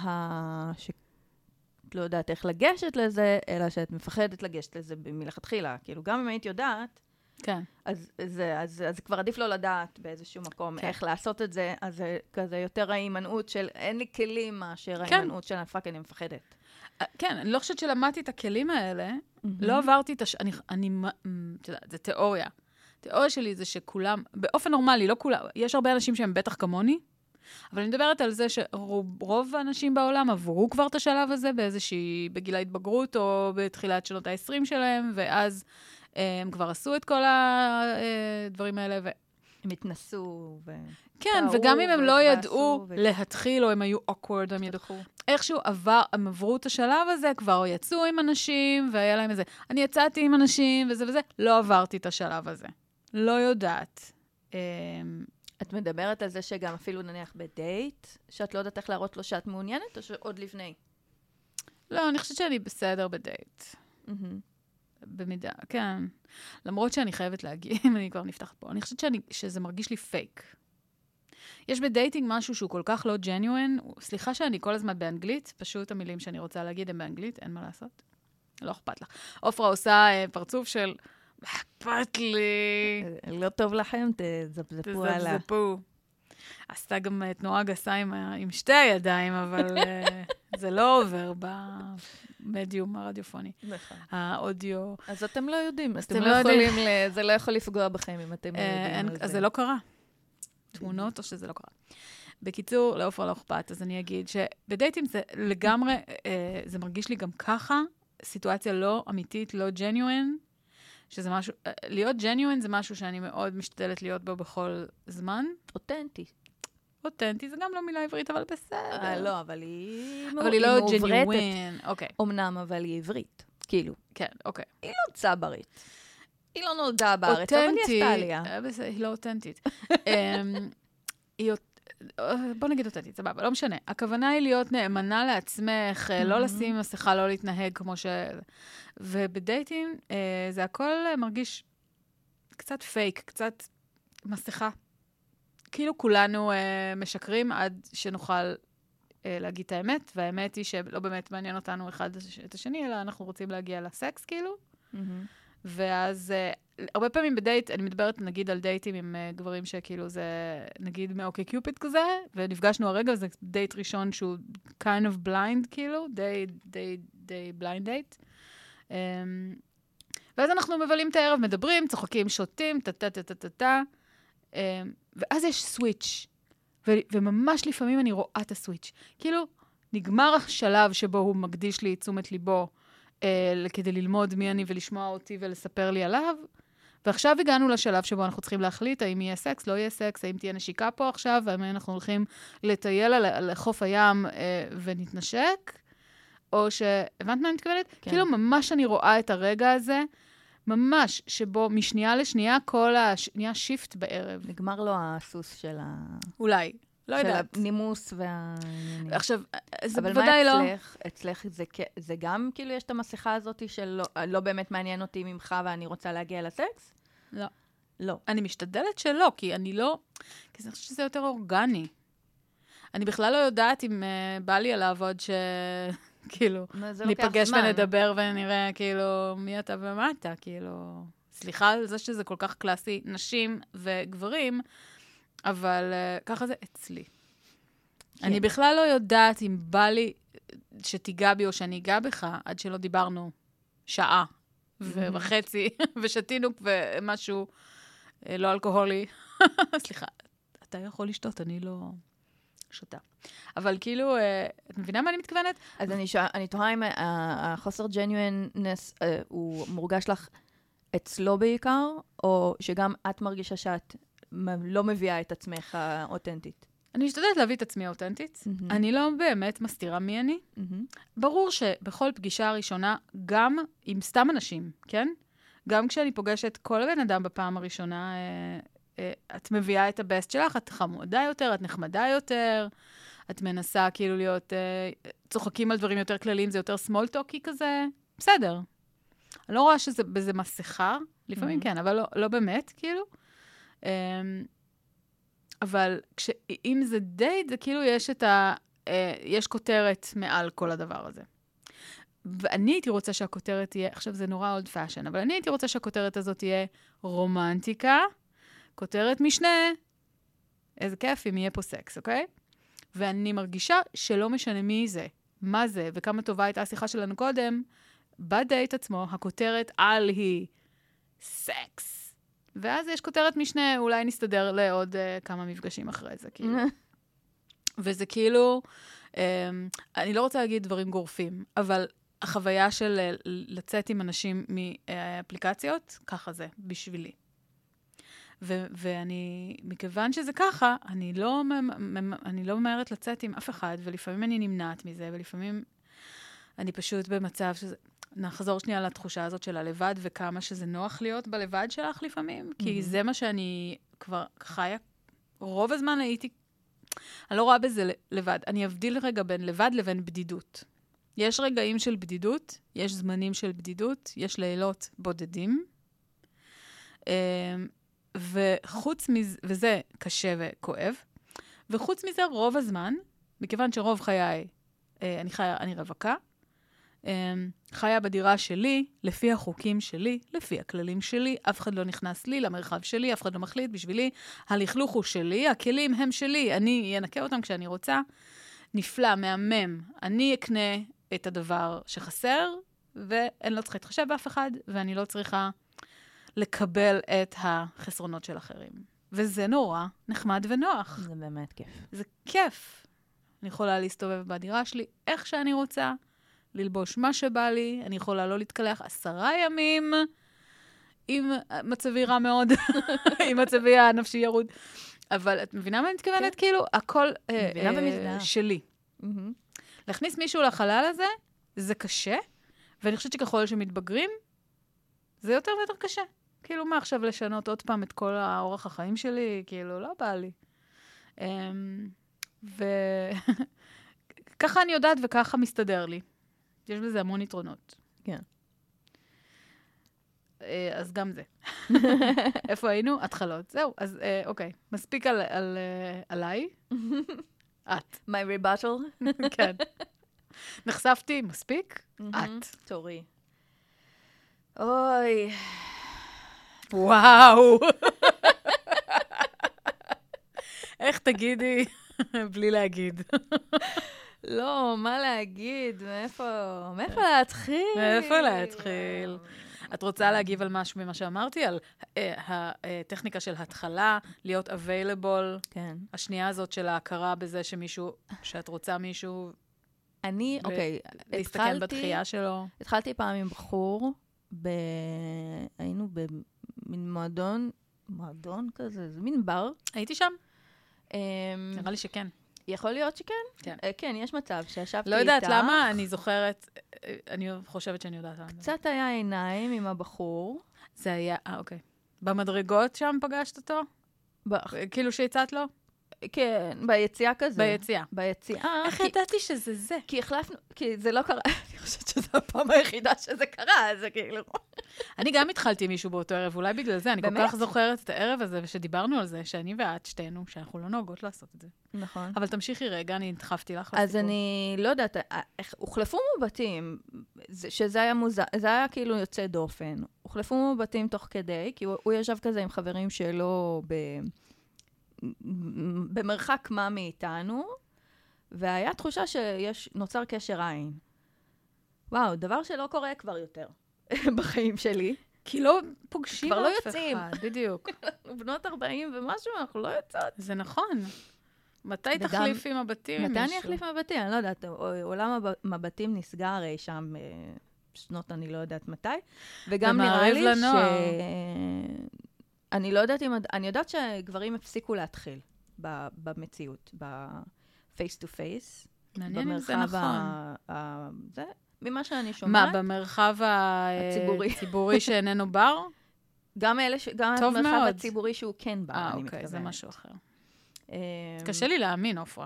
לא יודעת איך לגשת לזה, אלא שאת מפחדת לגשת לזה מלכתחילה. כאילו, גם אם היית יודעת, כן. אז כבר עדיף לא לדעת באיזשהו מקום איך לעשות את זה, אז זה כזה יותר ההימנעות של, אין לי כלים מאשר ההימנעות של הפאק, אני מפחדת. כן, אני לא חושבת שלמדתי את הכלים האלה, לא עברתי את זה תיאוריה. תיאוריה שלי זה שכולם, באופן נורמלי, לא כולם, יש הרבה אנשים שהם בטח כמוני, אבל אני מדברת על זה שרוב האנשים בעולם עברו כבר את השלב הזה בגיל ההתבגרות או בתחילת שנות ה-20 שלהם, ואז הם כבר עשו את כל הדברים האלה, הם התנסו כן, וגם אם הם לא ידעו להתחיל, או הם היו awkward, הם ידעו. איכשהו הם עברו את השלב הזה, כבר יצאו עם אנשים, והיה להם איזה, אני יצאתי עם אנשים, וזה וזה, לא עברתי את השלב הזה. לא יודעת. את מדברת על זה שגם אפילו נניח בדייט, שאת לא יודעת איך להראות לו שאת מעוניינת, או שעוד לפני? לא, אני חושבת שאני בסדר בדייט. במידה, כן. למרות שאני חייבת להגיד, אם אני כבר נפתחת פה, אני חושבת שזה מרגיש לי פייק. יש בדייטינג משהו שהוא כל כך לא ג'ניואן, סליחה שאני כל הזמן באנגלית, פשוט המילים שאני רוצה להגיד הם באנגלית, אין מה לעשות. לא אכפת לך. אופרה עושה פרצוף של, אכפת לי. לא טוב לכם, תזפזפו עלה. תזפזפו. עשתה גם תנועה גסה עם שתי הידיים, אבל זה לא עובר במדיום הרדיופוני. נכון. האודיו. אז אתם לא יודעים. אתם לא יכולים, זה לא יכול לפגוע בכם אם אתם לא יודעים על זה. אז זה לא קרה. תמונות או שזה לא קרה. בקיצור, לאופרה לא אכפת, אז אני אגיד שבדייטים זה לגמרי, זה מרגיש לי גם ככה, סיטואציה לא אמיתית, לא ג'ניואן, שזה משהו, להיות ג'ניואן זה משהו שאני מאוד משתדלת להיות בו בכל זמן. אותנטי. אותנטי, זה גם לא מילה עברית, אבל בסדר. לא, אבל היא לא ג'ניואן. אוקיי. אמנם, אבל היא עברית. כאילו. כן, אוקיי. היא לא צברית. היא לא נולדה בארץ, אבל היא עשתה עליה. היא לא אותנטית. בוא נגיד אותנטית, סבבה, לא משנה. הכוונה היא להיות נאמנה לעצמך, לא לשים מסכה, לא להתנהג כמו ש... ובדייטים זה הכל מרגיש קצת פייק, קצת מסכה. כאילו כולנו משקרים עד שנוכל להגיד את האמת, והאמת היא שלא באמת מעניין אותנו אחד את השני, אלא אנחנו רוצים להגיע לסקס, כאילו. ואז הרבה פעמים בדייט, אני מדברת נגיד על דייטים עם גברים שכאילו זה נגיד מאוקי קיופיד כזה, ונפגשנו הרגע, זה דייט ראשון שהוא kind of blind כאילו, די blind date. ואז אנחנו מבלים את הערב, מדברים, צוחקים, שותים, טה. ואז יש סוויץ', וממש לפעמים אני רואה את הסוויץ'. כאילו, נגמר השלב שבו הוא מקדיש לי תשומת ליבו, כדי ללמוד מי אני ולשמוע אותי ולספר לי עליו. ועכשיו הגענו לשלב שבו אנחנו צריכים להחליט האם יהיה סקס, לא יהיה סקס, האם תהיה נשיקה פה עכשיו, האם אנחנו הולכים לטייל על חוף הים ונתנשק, או הבנת מה אני מתכוונת? כן. כאילו ממש אני רואה את הרגע הזה, ממש שבו משנייה לשנייה כל השנייה שיפט בערב. נגמר לו הסוס של אולי. לא יודעת. של הנימוס והעניינים. עכשיו, זה אבל בוודאי לא. אבל מה אצלך זה גם כאילו יש את המסכה הזאת של לא באמת מעניין אותי ממך ואני רוצה להגיע לסקס? לא. לא. אני משתדלת שלא, כי אני לא... כי אני חושבת שזה יותר אורגני. אני בכלל לא יודעת אם בא לי לעבוד כאילו, ניפגש ונדבר ונראה כאילו מי אתה ומה אתה, כאילו... סליחה על זה שזה כל כך קלאסי, נשים וגברים, אבל ככה זה אצלי. כן. אני בכלל לא יודעת אם בא לי שתיגע בי או שאני אגע בך, עד שלא דיברנו שעה וחצי, ושתינו ומשהו לא אלכוהולי. סליחה, אתה יכול לשתות, אני לא שותה. אבל כאילו, את מבינה מה אני מתכוונת? אז אני תוהה אם החוסר ג'ניואנס הוא מורגש לך אצלו בעיקר, או שגם את מרגישה שאת לא מביאה את עצמך האותנטית? אני משתדלת להביא את עצמי האותנטית. אני לא באמת מסתירה מי אני. ברור שבכל פגישה הראשונה, גם עם סתם אנשים, כן? גם כשאני פוגשת כל בן אדם בפעם הראשונה, את מביאה את הבסט שלך, את חמודה יותר, את נחמדה יותר, את מנסה כאילו להיות, צוחקים על דברים יותר כלליים, זה יותר small talky כזה, בסדר. אני לא רואה שזה מסכה, לפעמים כן, אבל לא באמת, כאילו. אבל אם זה דייט, זה כאילו יש כותרת מעל כל הדבר הזה. ואני הייתי רוצה שהכותרת תהיה, עכשיו זה נורא old fashion, אבל אני הייתי רוצה שהכותרת הזאת תהיה רומנטיקה, כותרת משנה, איזה כיף אם יהיה פה סקס, אוקיי? ואני מרגישה שלא משנה מי זה, מה זה, וכמה טובה הייתה השיחה שלנו קודם, בדייט עצמו, הכותרת על היא סקס. ואז יש כותרת משנה, אולי נסתדר לעוד כמה מפגשים אחרי זה, כאילו. וזה כאילו, אני לא רוצה להגיד דברים גורפים, אבל החוויה של לצאת עם אנשים מאפליקציות, ככה זה, בשבילי. ואני, מכיוון שזה ככה, אני לא ממהרת לצאת עם אף אחד, ולפעמים אני נמנעת מזה, ולפעמים אני פשוט במצב שזה... נחזור שנייה לתחושה הזאת של הלבד, וכמה שזה נוח להיות בלבד שלך לפעמים, כי זה מה שאני כבר חיה. רוב הזמן הייתי... אני לא רואה בזה לבד. אני אבדיל רגע בין לבד לבין בדידות. יש רגעים של בדידות, יש זמנים של בדידות, יש לילות בודדים, וחוץ מזה, וזה קשה וכואב, וחוץ מזה רוב הזמן, מכיוון שרוב חיי, אני רווקה, חיה בדירה שלי, לפי החוקים שלי, לפי הכללים שלי, אף אחד לא נכנס לי למרחב שלי, אף אחד לא מחליט בשבילי, הלכלוך הוא שלי, הכלים הם שלי, אני אנקה אותם כשאני רוצה, נפלא, מהמם, אני אקנה את הדבר שחסר, ואני לא צריכה להתחשב באף אחד, ואני לא צריכה לקבל את החסרונות של אחרים. וזה נורא נחמד ונוח. זה באמת כיף. זה כיף. אני יכולה להסתובב בדירה שלי איך שאני רוצה, ללבוש מה שבא לי, אני יכולה לא להתקלח 10 ימים, עם מצבי רע מאוד, עם מצבי הנפשי ירוד. אבל את מבינה מה אני מתכוונת? כאילו, הכל שלי. להכניס מישהו לחלל הזה, זה קשה, ואני חושבת שככל שמתבגרים, זה יותר ויותר קשה. כאילו, מה עכשיו לשנות עוד פעם את כל האורח החיים שלי? כאילו, לא בא לי. וככה אני יודעת וככה מסתדר לי. יש בזה המון יתרונות. כן. אז גם זה. איפה היינו? התחלות. זהו, אז אוקיי. מספיק עליי. את. My rebuttal. כן. נחשפתי, מספיק? את. תורי. אוי. וואו. איך תגידי? בלי להגיד. לא, מה להגיד? מאיפה להתחיל? מאיפה להתחיל? את רוצה להגיב על משהו ממה שאמרתי? על הטכניקה של התחלה, להיות available? כן. השנייה הזאת של ההכרה בזה שאת רוצה מישהו... אוקיי, להסתכל בתחייה שלו. התחלתי פעם עם בחור, היינו במין מועדון כזה, זה מין בר. הייתי שם? נראה לי שכן. יכול להיות שכן? כן. כן, יש מצב שישבתי לא יודעת איתך. למה, אני זוכרת, אני חושבת שאני יודעת למה. קצת היה עיניים עם הבחור. זה היה, אוקיי. במדרגות שם פגשת אותו? כאילו שהצעת לו? כן, ביציאה כזה. ביציאה. איך ידעתי שזה זה? כי החלפנו, כי זה לא קרה, אני חושבת שזו הפעם היחידה שזה קרה, זה כאילו... אני גם התחלתי עם מישהו באותו ערב, אולי בגלל זה, אני כל כך זוכרת את הערב הזה, ושדיברנו על זה, שאני ואת שתינו, שאנחנו לא נוהגות לעשות את זה. נכון. אבל תמשיכי רגע, אני דחפתי לך לסיפור. אז אני לא יודעת, הוחלפו מבטים, שזה היה מוזר, זה היה כאילו יוצא דופן. הוחלפו מבטים תוך כדי, כי הוא ישב כזה עם חברים שלו במרחק מה מאיתנו, והיה תחושה נוצר קשר עין. וואו, דבר שלא קורה כבר יותר בחיים שלי. כי לא פוגשים כבר לא אף יוצאים. אחד, בדיוק. בנות 40 ומשהו, אנחנו לא יוצאות. זה נכון. מתי תחליפי מבטים? מתי אני אחליף מבטים? אני לא יודעת, עולם המבטים נסגר הרי שם שנות אני לא יודעת מתי. וגם נראה לי אני לא יודעת אני יודעת שגברים הפסיקו להתחיל במציאות, ב-face to face. מעניין אם זה נכון. זה, ממה שאני שומעת. מה, במרחב הציבורי שאיננו בר? גם המרחב הציבורי שהוא כן בר, אני מתכוונת. אוקיי, זה משהו אחר. קשה לי להאמין, עופרה.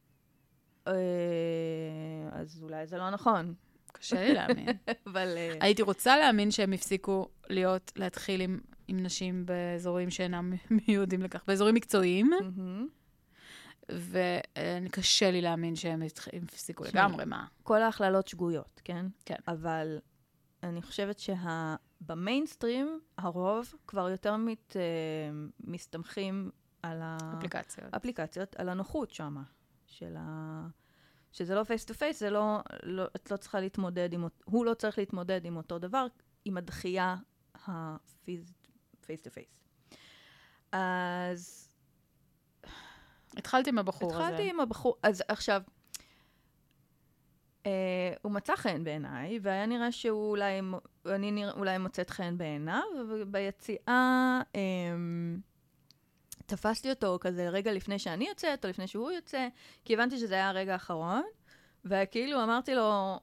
אז אולי זה לא נכון. קשה לי להאמין. אבל... הייתי רוצה להאמין שהם הפסיקו להתחיל עם נשים באזורים שאינם מיועדים לכך, באזורים מקצועיים, וקשה לי להאמין שהם הפסיקו לגמרי, מה? כל ההכללות שגויות, כן? כן. אבל אני חושבת שבמיינסטרים, הרוב כבר יותר מסתמכים על האפליקציות, על הנוחות שמה, שזה לא פייס טו פייס, זה לא, את לא צריכה להתמודד הוא לא צריך להתמודד עם אותו דבר, עם הדחייה פייס טו פייס. אז... התחלתי עם הבחור הזה. התחלתי עם הבחור, אז עכשיו, הוא מצא חן בעיניי, והיה נראה אני אולי מוצאת חן בעיניו, וביציאה תפסתי אותו כזה רגע לפני שאני יוצאת, או לפני שהוא יוצא, כי הבנתי שזה היה הרגע האחרון, וכאילו אמרתי לו,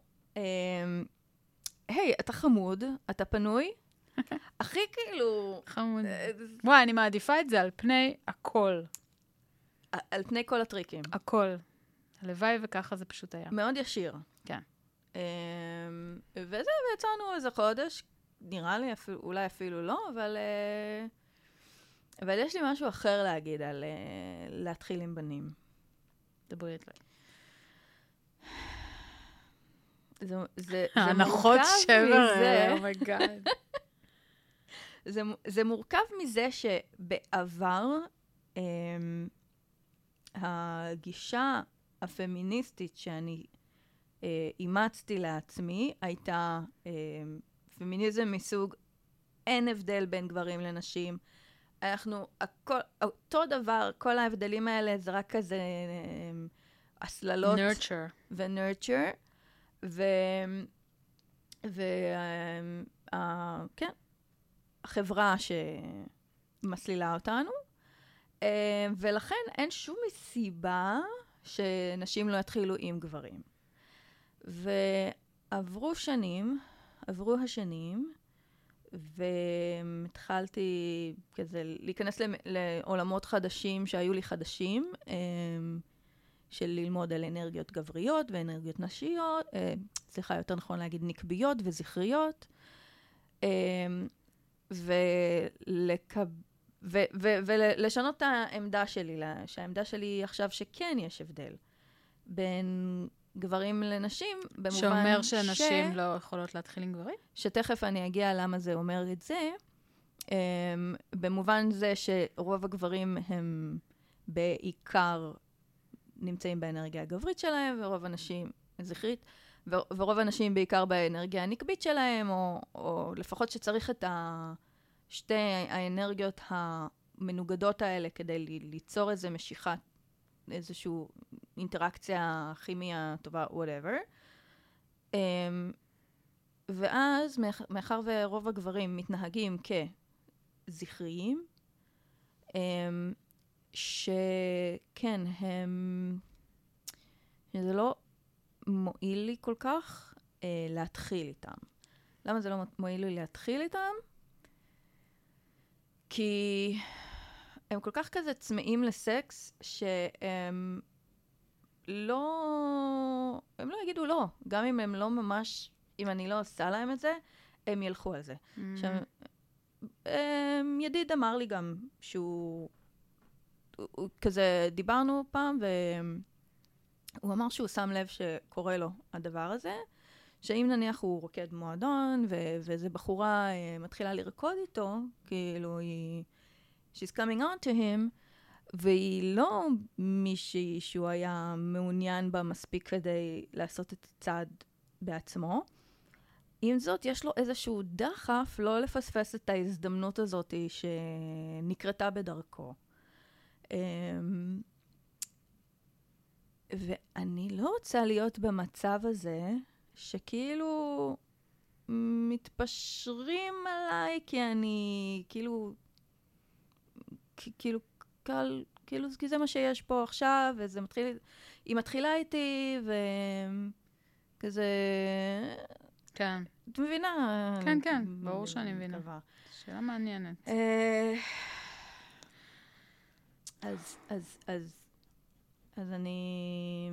היי, אתה חמוד, אתה פנוי? הכי כאילו... חמוד. וואי, אני מעדיפה את זה על פני הכל. על פני כל הטריקים. הכל. הלוואי וככה זה פשוט היה. מאוד ישיר. כן. וזה, ויצאנו איזה חודש, נראה לי, אולי אפילו לא, אבל יש לי משהו אחר להגיד על להתחיל עם בנים. דברי את לי. זה הנחות שבר, אומייגאד. זה מורכב מזה שבעבר הגישה הפמיניסטית שאני אימצתי לעצמי הייתה פמיניזם מסוג אין הבדל בין גברים לנשים. אנחנו, אותו דבר, כל ההבדלים האלה זה רק כזה הסללות. nurture. ונרצ'ר. כן, החברה שמסלילה אותנו. ולכן אין שום סיבה שנשים לא יתחילו עם גברים. ועברו השנים, והתחלתי כזה להיכנס לעולמות חדשים שהיו לי חדשים, של ללמוד על אנרגיות גבריות ואנרגיות נשיות, יותר נכון להגיד נקביות וזכריות, ולשנות את העמדה שלי, שהעמדה שלי עכשיו שכן יש הבדל בין גברים לנשים, במובן שאומר שנשים לא יכולות להתחיל עם גברים? שתכף אני אגיע למה זה אומר את זה, במובן זה שרוב הגברים הם בעיקר נמצאים באנרגיה הגברית שלהם, ורוב הנשים זכרית, ורוב הנשים בעיקר באנרגיה הנקבית שלהם, או לפחות שצריך את שתי האנרגיות המנוגדות האלה כדי ליצור איזו משיכה, איזושהי אינטראקציה כימיה טובה, whatever. ואז, מאחר ורוב הגברים מתנהגים כזכריים, שכן, זה לא מועיל לי כל כך להתחיל איתם. למה זה לא מועיל לי להתחיל איתם? כי הם כל כך כזה צמאים לסקס, שהם לא יגידו לא. גם אם הם לא ממש, אם אני לא עושה להם את זה, הם ילכו על זה. ידיד אמר לי גם שהוא כזה, דיברנו פעם, והוא אמר שהוא שם לב שקורה לו הדבר הזה, שאם נניח הוא רוקד מועדון, ואיזו בחורה מתחילה לרקוד איתו, כאילו she's coming on to him, והיא לא מישהי שהוא היה מעוניין בה מספיק כדי לעשות את הצעד בעצמו. עם זאת, יש לו איזשהו דחף לא לפספס את ההזדמנות הזאת שנקרתה בדרכו. ואני לא רוצה להיות במצב הזה שכאילו מתפשרים עליי כי אני כאילו כי זה מה שיש פה עכשיו, וזה היא מתחילה איתי, וכזה... כן. את מבינה? כן, ברור שאני מבינה. שאלה מעניינת. אז אני...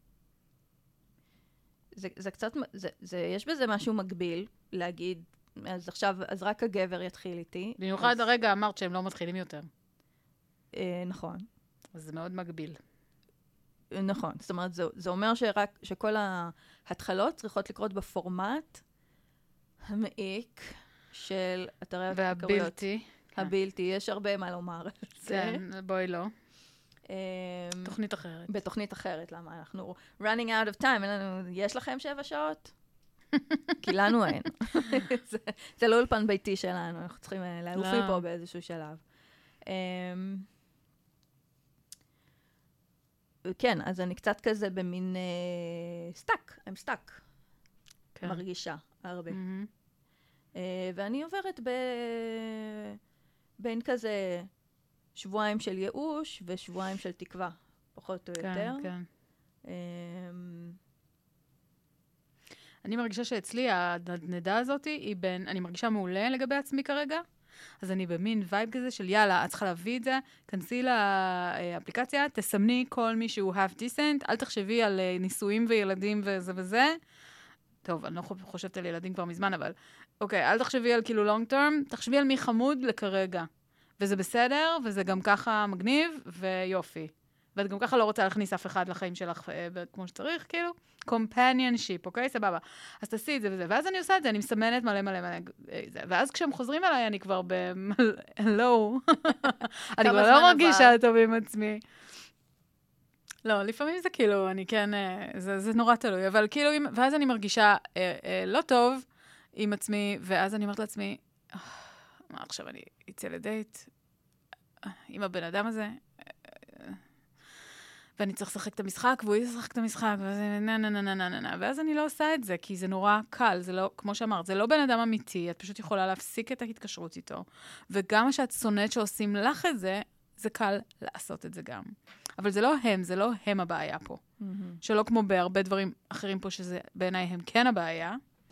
זה קצת... יש בזה משהו מקביל, להגיד, אז רק הגבר יתחיל איתי. במיוחד הרגע אמרת שהם לא מתחילים יותר. נכון. אז זה מאוד מקביל. נכון. זאת אומרת, זה אומר שכל ההתחלות צריכות לקרות בפורמט המעיק של אתרי הכרויות. והבלתי. הבלתי. יש הרבה מה לומר על זה. כן, בואי לא. תוכנית אחרת. בתוכנית אחרת, למה? אנחנו running out of time, יש לכם 7 שעות? כי לנו אין. זה לא אולפן ביתי שלנו, אנחנו צריכים לעוף מפה באיזשהו שלב. כן, אז אני קצת כזה במין סטאק, I'm stuck. מרגישה הרבה. ואני עוברת בין כזה שבועיים של ייאוש ושבועיים של תקווה, פחות או יותר. כן. אני מרגישה שאצלי הנדנדה הזאת היא בין, אני מרגישה מעולה לגבי עצמי כרגע, אז אני במין וייב כזה של יאללה, את צריכה להביא את זה, כנסי לאפליקציה, תסמני כל מי שהוא half decent, אל תחשבי על נישואים וילדים וזה וזה. טוב, אני לא חושבת על ילדים כבר מזמן, אבל אוקיי, אל תחשבי על כאילו long term, תחשבי על מי חמוד לכרגע. וזה בסדר, וזה גם ככה מגניב, ויופי. ואת גם ככה לא רוצה להכניס אף אחד לחיים שלך כמו שצריך, כאילו. companionship, אוקיי? סבבה. אז תעשי את זה וזה. ואז אני עושה את זה, אני מסמנת מלא. ואז כשהם חוזרים אליי, אני כבר hello. אני כבר לא מרגישה טוב עם עצמי. לא, לפעמים זה כאילו, אני כן, זה נורא תלוי, אבל כאילו, ואז אני מרגישה לא טוב עם עצמי, ואז אני אומרת לעצמי, מה עכשיו אני אצא לדייט עם הבן אדם הזה, ואני צריך לשחק את המשחק, והוא ישחק את המשחק, ואז אני לא עושה את זה, כי זה נורא קל, זה לא, כמו שאמרת, זה לא בן אדם אמיתי, את פשוט יכולה להפסיק את ההתקשרות איתו, וגם מה שאת שונאת שעושים לך את זה, זה קל לעשות את זה גם. אבל זה לא הם הבעיה פה. שלא כמו בהרבה דברים אחרים פה, שזה בעיניי הם כן הבעיה.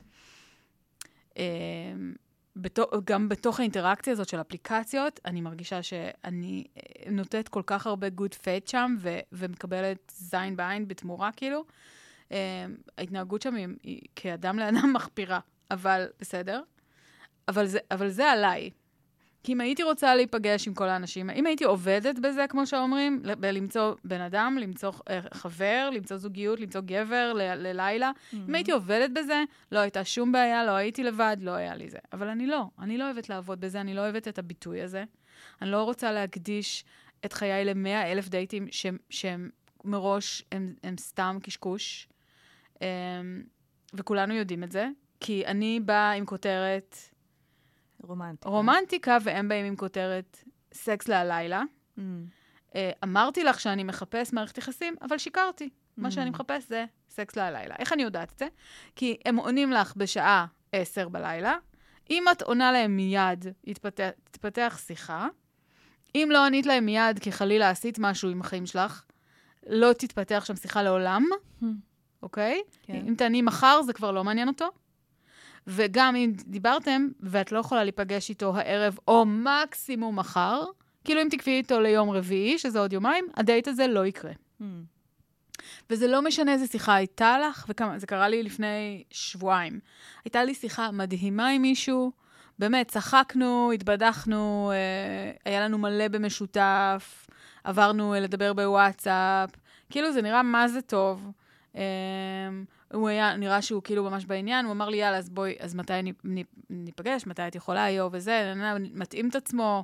גם בתוך האינטראקציה הזאת של אפליקציות, אני מרגישה שאני נותנת כל כך הרבה good faith שם, ומקבלת זין בעין בתמורה, כאילו. ההתנהגות שם היא כאדם לאדם מחפירה, אבל בסדר. אבל זה עליי. כי אם הייתי רוצה להיפגש עם כל האנשים, אם הייתי עובדת בזה, כמו שאומרים, למצוא בן אדם, למצוא חבר, למצוא זוגיות, למצוא גבר ללילה, אם הייתי עובדת בזה, לא הייתה שום בעיה, לא הייתי לבד, לא היה לי זה. אבל אני לא אוהבת לעבוד בזה, אני לא אוהבת את הביטוי הזה. אני לא רוצה להקדיש את חיי ל100,000 דייטים שהם מראש, הם סתם קשקוש. וכולנו יודעים את זה, כי אני באה עם כותרת רומנטיקה, והם באים עם כותרת סקס להלילה. אמרתי לך שאני מחפש מערכת יחסים, אבל שיקרתי. מה שאני מחפש זה סקס להלילה. איך אני יודעת את זה? כי הם עונים לך בשעה 10 בלילה. אם את עונה להם מיד, תתפתח שיחה. אם לא ענית להם מיד, כי חלילה עשית משהו עם החיים שלך, לא תתפתח שם שיחה לעולם. אוקיי? אם תעני מחר, זה כבר לא מעניין אותו. וגם אם דיברתם, ואת לא יכולה להיפגש איתו הערב, או מקסימום מחר, כאילו אם תקפי איתו ליום רביעי, שזה עוד יומיים, הדייט הזה לא יקרה. וזה לא משנה איזה שיחה הייתה לך, זה קרה לי לפני שבועיים. הייתה לי שיחה מדהימה עם מישהו, באמת, צחקנו, התבדחנו, היה לנו מלא במשותף, עברנו לדבר בוואטסאפ, כאילו זה נראה מה זה טוב. הוא היה, נראה שהוא כאילו ממש בעניין, הוא אמר לי, יאללה, אז בואי, אז מתי ניפגש, מתי את יכולה היום וזה, מתאים את עצמו,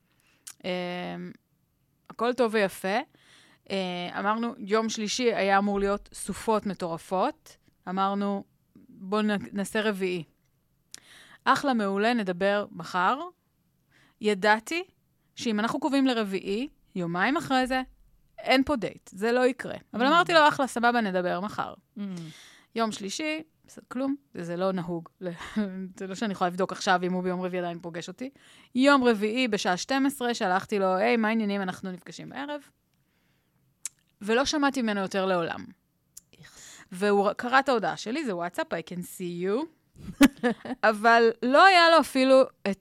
הכל טוב ויפה. אמרנו, יום שלישי היה אמור להיות סופות מטורפות, אמרנו, בואו נעשה רביעי. אחלה מעולה, נדבר מחר. ידעתי שאם אנחנו קובעים לרביעי, יומיים אחרי זה, אין פה דייט, זה לא יקרה. אבל אמרתי לו, אחלה, סבבה, נדבר מחר. יום שלישי, כלום, זה לא נהוג. זה לא שאני יכולה לבדוק עכשיו אם הוא ביום רביעי עדיין פוגש אותי. יום רביעי בשעה 12, שלחתי לו, היי, מה העניינים, אנחנו נפגשים בערב. ולא שמעתי ממנו יותר לעולם. והוא קרא את ההודעה שלי, זה וואטסאפ, I can see you. אבל לא היה לו אפילו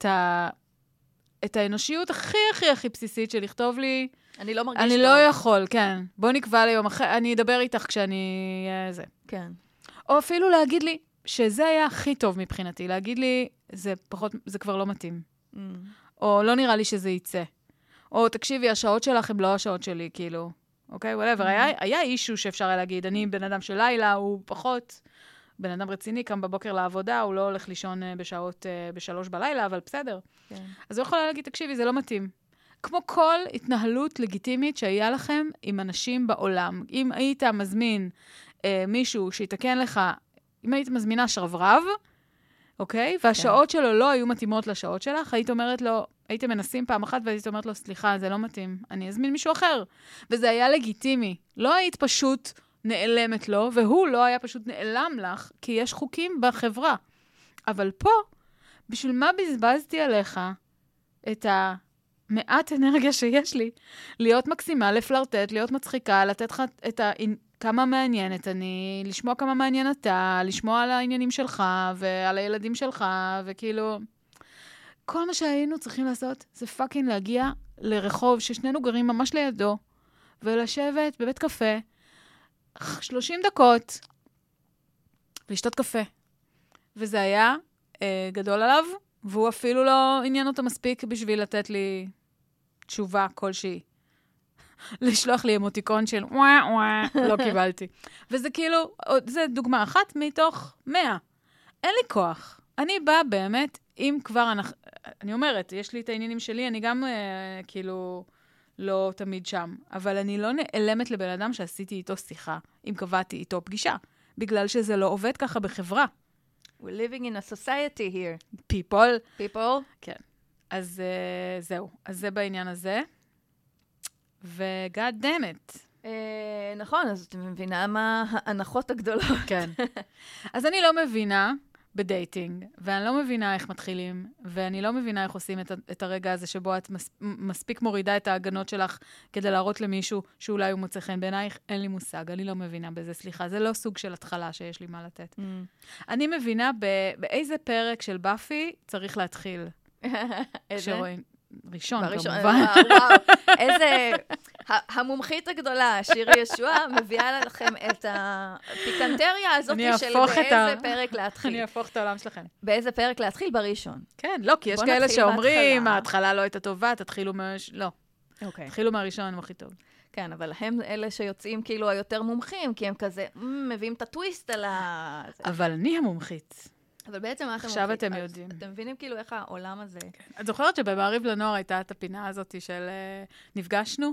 את האנושיות הכי בסיסית של לכתוב לי, אני לא מרגיש טוב. אני לא יכול, כן. בוא נקבע ליום אחר, אני אדבר איתך כשאני... זה. כן. או אפילו להגיד לי, שזה היה הכי טוב מבחינתי, להגיד לי, זה כבר לא מתאים. או לא נראה לי שזה יצא. או תקשיבי, השעות שלך הם לא השעות שלי, כאילו. אוקיי, whatever. היה אישו שאפשר היה להגיד, אני בן אדם של לילה, הוא פחות בן אדם רציני, קם בבוקר לעבודה, הוא לא הולך לישון בשעות 3 בלילה, אבל בסדר. כן. אז הוא יכול להגיד, תקשיבי, זה לא מתאים. כמו כל התנהלות לגיטימית שהיה לכם עם אנשים בעולם. אם היית מזמין מישהו שיתקן לך, אם היית מזמינה שרברב, אוקיי? והשעות שלו לא היו מתאימות לשעות שלך, היית אומרת לו, הייתם מנסים פעם אחת, והיית אומרת לו, סליחה, זה לא מתאים, אני אזמין מישהו אחר. וזה היה לגיטימי. לא היית פשוט נעלמת לו, והוא לא היה פשוט נעלם לך, כי יש חוקים בחברה. אבל פה, בשביל מה בזבזתי עליך את מעט אנרגיה שיש לי, להיות מקסימה, לפלרטט, להיות מצחיקה, לתת לך כמה מעניינת אני, לשמוע כמה מעניין אתה, לשמוע על העניינים שלך ועל הילדים שלך, וכאילו, כל מה שהיינו צריכים לעשות זה פאקינג להגיע לרחוב ששנינו גרים ממש לידו, ולשבת בבית קפה, 30 דקות, ולשתות קפה. וזה היה גדול עליו, והוא אפילו לא עניין אותו מספיק בשביל לתת לי תשובה כלשהי. לשלוח לי אמוטיקון של לא קיבלתי. וזה כאילו, זה דוגמה אחת מתוך 100. אין לי כוח. אני באה באמת, אם כבר אני אומרת, יש לי את העניינים שלי, אני גם כאילו לא תמיד שם. אבל אני לא נעלמת לבן אדם שעשיתי איתו שיחה, אם קבעתי איתו פגישה. בגלל שזה לא עובד ככה בחברה. We're living in a society here. People. כן. אז זהו. אז זה בעניין הזה. ו-God damn it. נכון, אז את מבינה מה ההנחות הגדולות. כן. אז אני לא מבינה בדייטינג, ואני לא מבינה איך מתחילים, ואני לא מבינה איך עושים את הרגע הזה שבו את מספיק מורידה את ההגנות שלך כדי להראות למישהו שאולי הוא מוצא חן בעינייך. אין לי מושג, אני לא מבינה בזה, סליחה. זה לא סוג של התחלה שיש לי מה לתת. אני מבינה באיזה פרק של באפי צריך להתחיל. איזה? ראשון, כמובן. וואו, איזה... המומחית הגדולה, שירי ישוע, מביאה לכם את הפיקנטריה הזאת של באיזה פרק להתחיל. אני אהפוך את העולם שלכם. באיזה פרק להתחיל? בראשון. כן, לא, כי יש כאלה שאומרים, ההתחלה לא הייתה טובה, תתחילו לא. תתחילו מהראשון, הוא הכי טוב. כן, אבל הם אלה שיוצאים כאילו היותר מומחים, כי הם כזה מביאים את הטוויסט על ה... אבל אני המומחית. אבל בעצם עכשיו אתם יודעים. אתם מבינים כאילו איך העולם הזה... את זוכרת שבמעריב לנוער הייתה את הפינה הזאת של נפגשנו?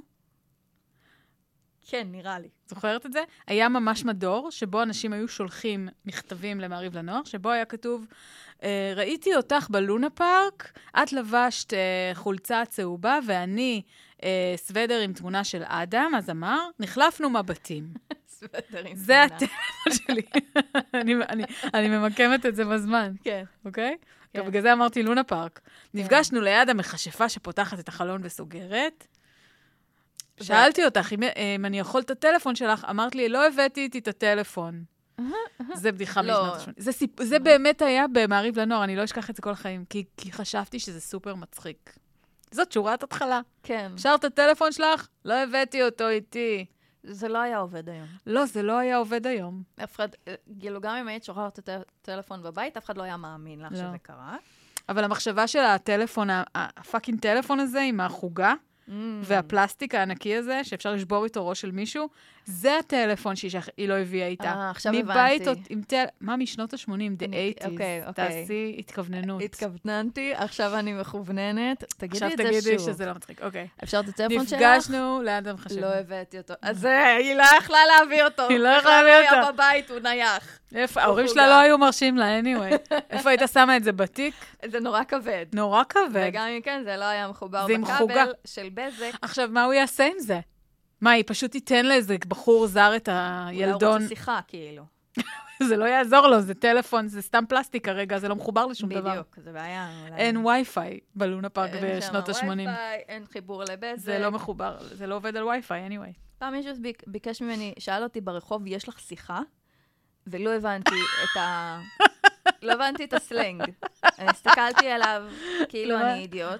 כן, נראה לי. זוכרת את זה? היה ממש מדור שבו אנשים היו שולחים מכתבים למעריב לנוער, שבו היה כתוב, ראיתי אותך בלונה פארק, את לבשת חולצה צהובה ואני סוודר עם תמונה של אדם, אז אמר, נחלפנו מבטים. זה הטלפון שלי. אני ממקמת את זה בזמן. כן. אוקיי? בגלל זה אמרתי לונה פארק. נפגשנו ליד המכשפה שפותחת את החלון וסוגרת. שאלתי אותך, אם אני יכול את הטלפון שלך, אמרת לי, לא הבאתי איתי את הטלפון. זה בדיחה משנת ה-80. זה באמת היה במעריב לנוער, אני לא אשכח את זה כל החיים, כי חשבתי שזה סופר מצחיק. זאת שורת התחלה. כן. שרת את הטלפון שלך, לא הבאתי אותו איתי. זה לא היה עובד היום. לא, זה לא היה עובד היום. אף אחד, כאילו גם אם היית שוחררת את הטלפון בבית, אף אחד לא היה מאמין לך שזה קרה. אבל המחשבה של הטלפון, הפאקינג טלפון הזה עם החוגה, והפלסטיק הענקי הזה, שאפשר לשבור איתו ראש של מישהו, זה הטלפון שהיא לא הביאה איתה. עכשיו הבנתי. מה, משנות ה-80, the 80s, תעשי התכווננות. התכווננתי, עכשיו אני מכווננת. תגידי את זה שוב. עכשיו תגידי שזה לא מצחיק, אוקיי. אפשר את הטלפון שלך? נפגשנו ליד המחשב. לא הבאתי אותו. אז היא לא יכלה להביא אותו. היא לא יכלה להביא אותו. הוא היה בבית, הוא נייח. ההורים שלה לא היו מרשים לה, anyway. איפה היית שמה את זה בתיק? זה נורא כבד. נורא כבד. וגם אם כן, זה לא היה מחובר בכבל של בזק. עכשיו, מה הוא יעשה עם זה? מה, היא פשוט תיתן לאיזה בחור זר את הילדון? הוא רוצה שיחה, כאילו. זה לא יעזור לו, זה טלפון, זה סתם פלסטיק כרגע, זה לא מחובר לשום דבר. בדיוק, זה בעיה. אין וי-פיי בלונה פארק בשנות ה-80. אין וי-פיי, אין חיבור לבזק. זה לא מחובר, זה לא עובד על וי-פיי, anyway. פעם מישהו ביקש ממני, שאל אותי ברחוב, יש לך שיחה? ולא הבנתי לא הבנתי את הסלנג. אני הסתכלתי עליו, כאילו אני אידיוט.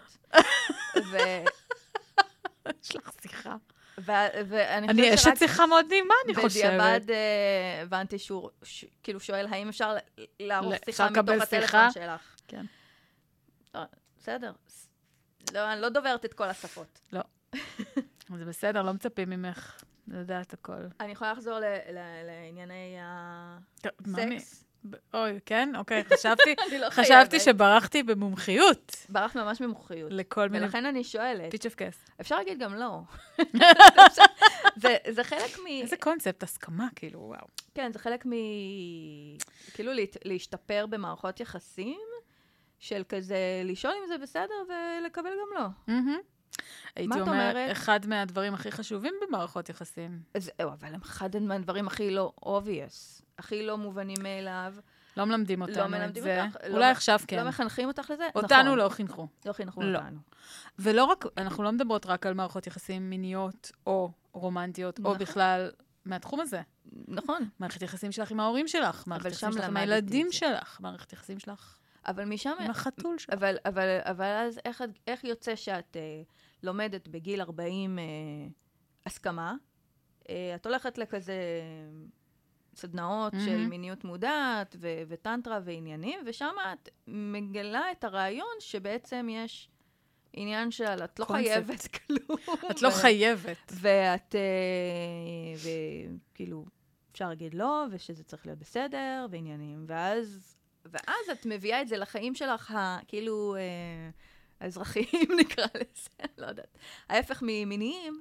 יש לך שיחה. אני אשת שיחה מאוד נעימה, אני חושבת. בדיעבד הבנתי שהוא כאילו שואל, האם אפשר לערוך שיחה מתוך הטלפון שלך? כן. בסדר. אני לא דוברת את כל השפות. לא. זה בסדר, לא מצפים ממך לדעת הכל. אני יכולה לחזור לענייני הסקס? אוי, כן? אוקיי, חשבתי שברחתי במומחיות. ברחת ממש במומחיות. לכל מיני... ולכן אני שואלת. פיץ' אף קס. אפשר להגיד גם לא. זה חלק מ... איזה קונספט, הסכמה, כאילו, וואו. כן, זה חלק כאילו להשתפר במערכות יחסים, של כזה לשאול אם זה בסדר ולקבל גם לא. הייתי אומרת, אחד מהדברים הכי חשובים במערכות יחסים. אבל אחד מהדברים הכי לא obvious, הכי לא מובנים מאליו, לא מלמדים אותנו את מלמדים זה. אותך, אולי עכשיו כן. לא מחנכים אותך לזה? אותנו נכון. לא חינכו. לא חינכו לא. אותנו. ולא רק, אנחנו לא מדברות רק על מערכות יחסים מיניות או רומנטיות, או בכלל מהתחום הזה. נכון. מערכת יחסים שלך עם ההורים שלך, מערכת יחסים שלך עם הילדים שלך, מערכת יחסים שלך אבל משם... עם החתול שלך. אבל אז איך יוצא שאת לומדת בגיל 40 הסכמה? את הולכת לכזה סדנאות של מיניות מודעת וטנטרה ועניינים, ושם את מגלה את הרעיון שבעצם יש עניין של את לא חייבת כלום. את לא חייבת. ואת, וכאילו, אפשר להגיד לא, ושזה צריך להיות בסדר, ועניינים. ואז את מביאה את זה לחיים שלך, כאילו, האזרחיים נקרא לזה, לא יודעת. ההפך ממיניים,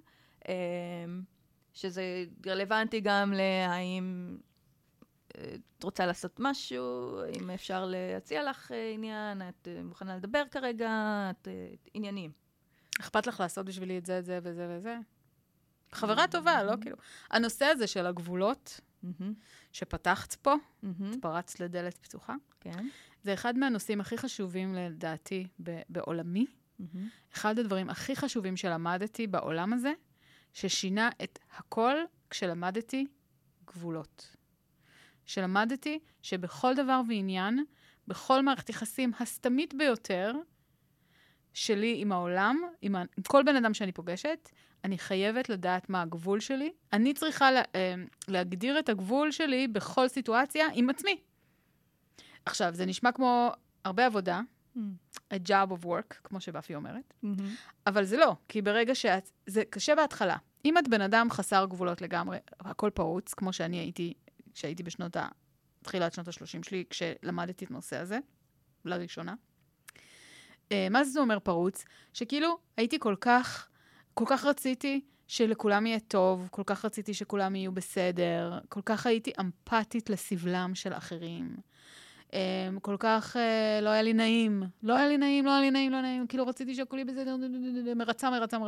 שזה רלוונטי גם להאם את רוצה לעשות משהו, אם אפשר להציע לך עניין, את מוכנה לדבר כרגע, את עניינים. אכפת לך לעשות בשבילי את זה, את זה וזה וזה? חברה טובה, לא כאילו. הנושא הזה של הגבולות, שפתחת פה, התפרצת לדלת פתוחה, זה אחד מהנושאים הכי חשובים לדעתי בעולמי. אחד הדברים הכי חשובים שלמדתי בעולם הזה, ששינה את הכל כשלמדתי גבולות. שלמדתי שבכל דבר ועניין, בכל מערכת יחסים הסתמית ביותר שלי עם העולם, עם כל בן אדם שאני פוגשת, אני חייבת לדעת מה הגבול שלי. אני צריכה להגדיר את הגבול שלי בכל סיטואציה עם עצמי. עכשיו, זה נשמע כמו הרבה עבודה, a job of work, כמו שבאפי אומרת, אבל זה לא, כי ברגע זה קשה בהתחלה. אם את בן אדם חסר גבולות לגמרי, הכל פרוץ, כמו שאני הייתי, כשהייתי תחילת שנות ה-30 שלי, כשלמדתי את הנושא הזה, לראשונה. מה זה אומר פרוץ? שכאילו הייתי כל כך רציתי שלכולם יהיה טוב, כל כך רציתי שכולם יהיו בסדר, כל כך הייתי אמפתית לסבלם של אחרים. כל כך לא היה לי נעים, כאילו רציתי שהכול יהיה בסדר, מרצה.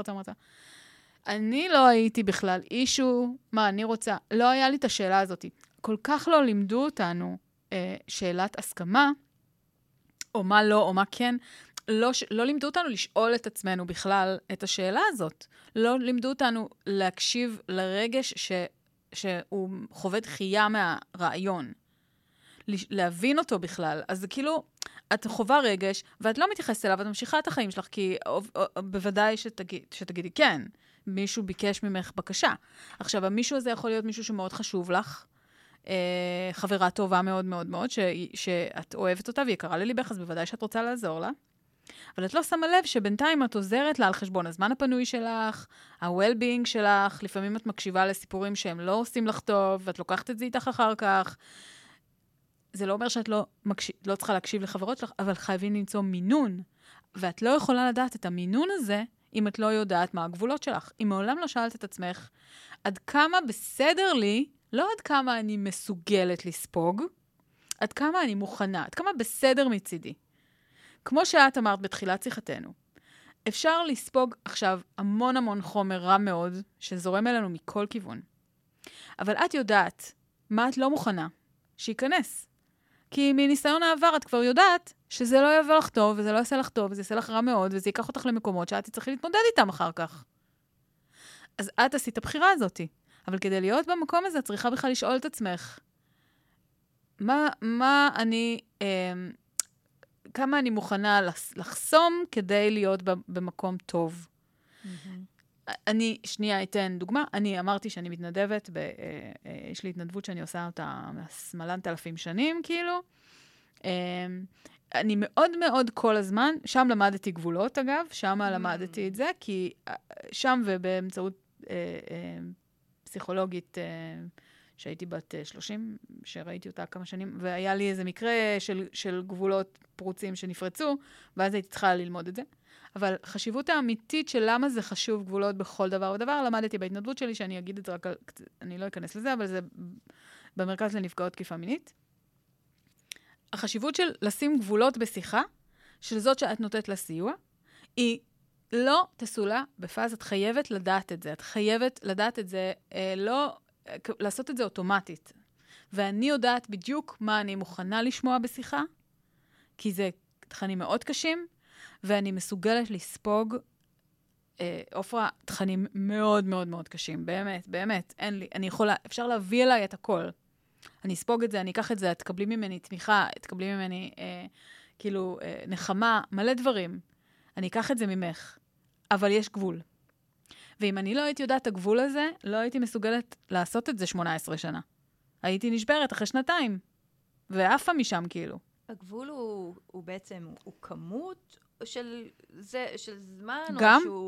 אני לא הייתי בכלל אישו, מה אני רוצה, לא היה לי את השאלה הזאת. כל כך לא לימדו אותנו שאלת הסכמה, או מה לא, או מה כן, לא לימדו אותנו לשאול את עצמנו בכלל את השאלה הזאת. לא לימדו אותנו להקשיב לרגש שהוא חווה דחייה מהרעיון. להבין אותו בכלל. אז זה כאילו, את חווה רגש, ואת לא מתייחסת אליו, את ממשיכה את החיים שלך, כי בוודאי שתגידי כן. מישהו ביקש ממך בקשה. עכשיו, המישהו הזה יכול להיות מישהו שמאוד חשוב לך, חברה טובה מאוד מאוד מאוד, שאת אוהבת אותה והיא יקרה לליבך, אז בוודאי שאת רוצה לעזור לה. אבל את לא שמה לב שבינתיים את עוזרת לה על חשבון הזמן הפנוי שלך, ה-well-being שלך, לפעמים את מקשיבה לסיפורים שהם לא עושים לך טוב, ואת לוקחת את זה איתך אחר כך. זה לא אומר שאת לא צריכה להקשיב לחברות שלך, אבל חייבים למצוא מינון. ואת לא יכולה לדעת את המינון הזה, אם את לא יודעת מה הגבולות שלך. אם מעולם לא שאלת את עצמך, עד כמה בסדר לי, לא עד כמה אני מסוגלת לספוג, עד כמה אני מוכנה, עד כמה בסדר מצידי. כמו שאת אמרת בתחילת שיחתנו, אפשר לספוג עכשיו המון חומר רע מאוד, שזורם אלינו מכל כיוון. אבל את יודעת מה את לא מוכנה, שייכנס. כי מניסיון העבר את כבר יודעת שזה לא יבוא לך טוב, וזה לא יעשה לך טוב, וזה יעשה לך רע מאוד, וזה ייקח אותך למקומות שאת תצטרכי להתמודד איתם אחר כך. אז את עשית הבחירה הזאת. אבל כדי להיות במקום הזה, את צריכה בכלל לשאול את עצמך, כמה אני מוכנה לחסום כדי להיות במקום טוב. אני, שנייה, אתן דוגמה. אני אמרתי שאני מתנדבת, יש לי התנדבות שאני עושה אותה מהסמלנת 1000 שנים, כאילו. אני מאוד מאוד כל הזמן, שם למדתי גבולות, אגב, שם למדתי את זה, כי שם ובאמצעות פסיכולוגית, שהייתי בת 30, שראיתי אותה כמה שנים, והיה לי איזה מקרה של גבולות פרוצים שנפרצו, ואז הייתי צריכה ללמוד את זה. אבל חשיבות האמיתית של למה זה חשוב גבולות בכל דבר ודבר, למדתי בהתנדבות שלי, שאני אגיד את זה רק, אני לא אכנס לזה, אבל זה במרכז לנפגעות תקיפה מינית. החשיבות של לשים גבולות בשיחה, של זאת שאת נותנת לסיוע, היא לא תסולה בפאז, את חייבת לדעת את זה. את חייבת לדעת את זה, לא, לעשות את זה אוטומטית. ואני יודעת בדיוק מה אני מוכנה לשמוע בשיחה, כי זה תכנים מאוד קשים, ואני מסוגלת לספוג, אופרה, תכנים מאוד מאוד מאוד קשים, באמת, באמת, אין לי, אני יכולה, אפשר להביא אליי את הכל. אני אספוג את זה, אני אקח את זה, תקבלי ממני תמיכה, תקבלי ממני, כאילו, נחמה, מלא דברים. אני אקח את זה ממך, אבל יש גבול. ואם אני לא הייתי יודעת את הגבול הזה, לא הייתי מסוגלת לעשות את זה 18 שנה. הייתי נשברת אחרי 2 ועפה משם כאילו. הגבול הוא בעצם, הוא כמות של זמן, גם? או שהוא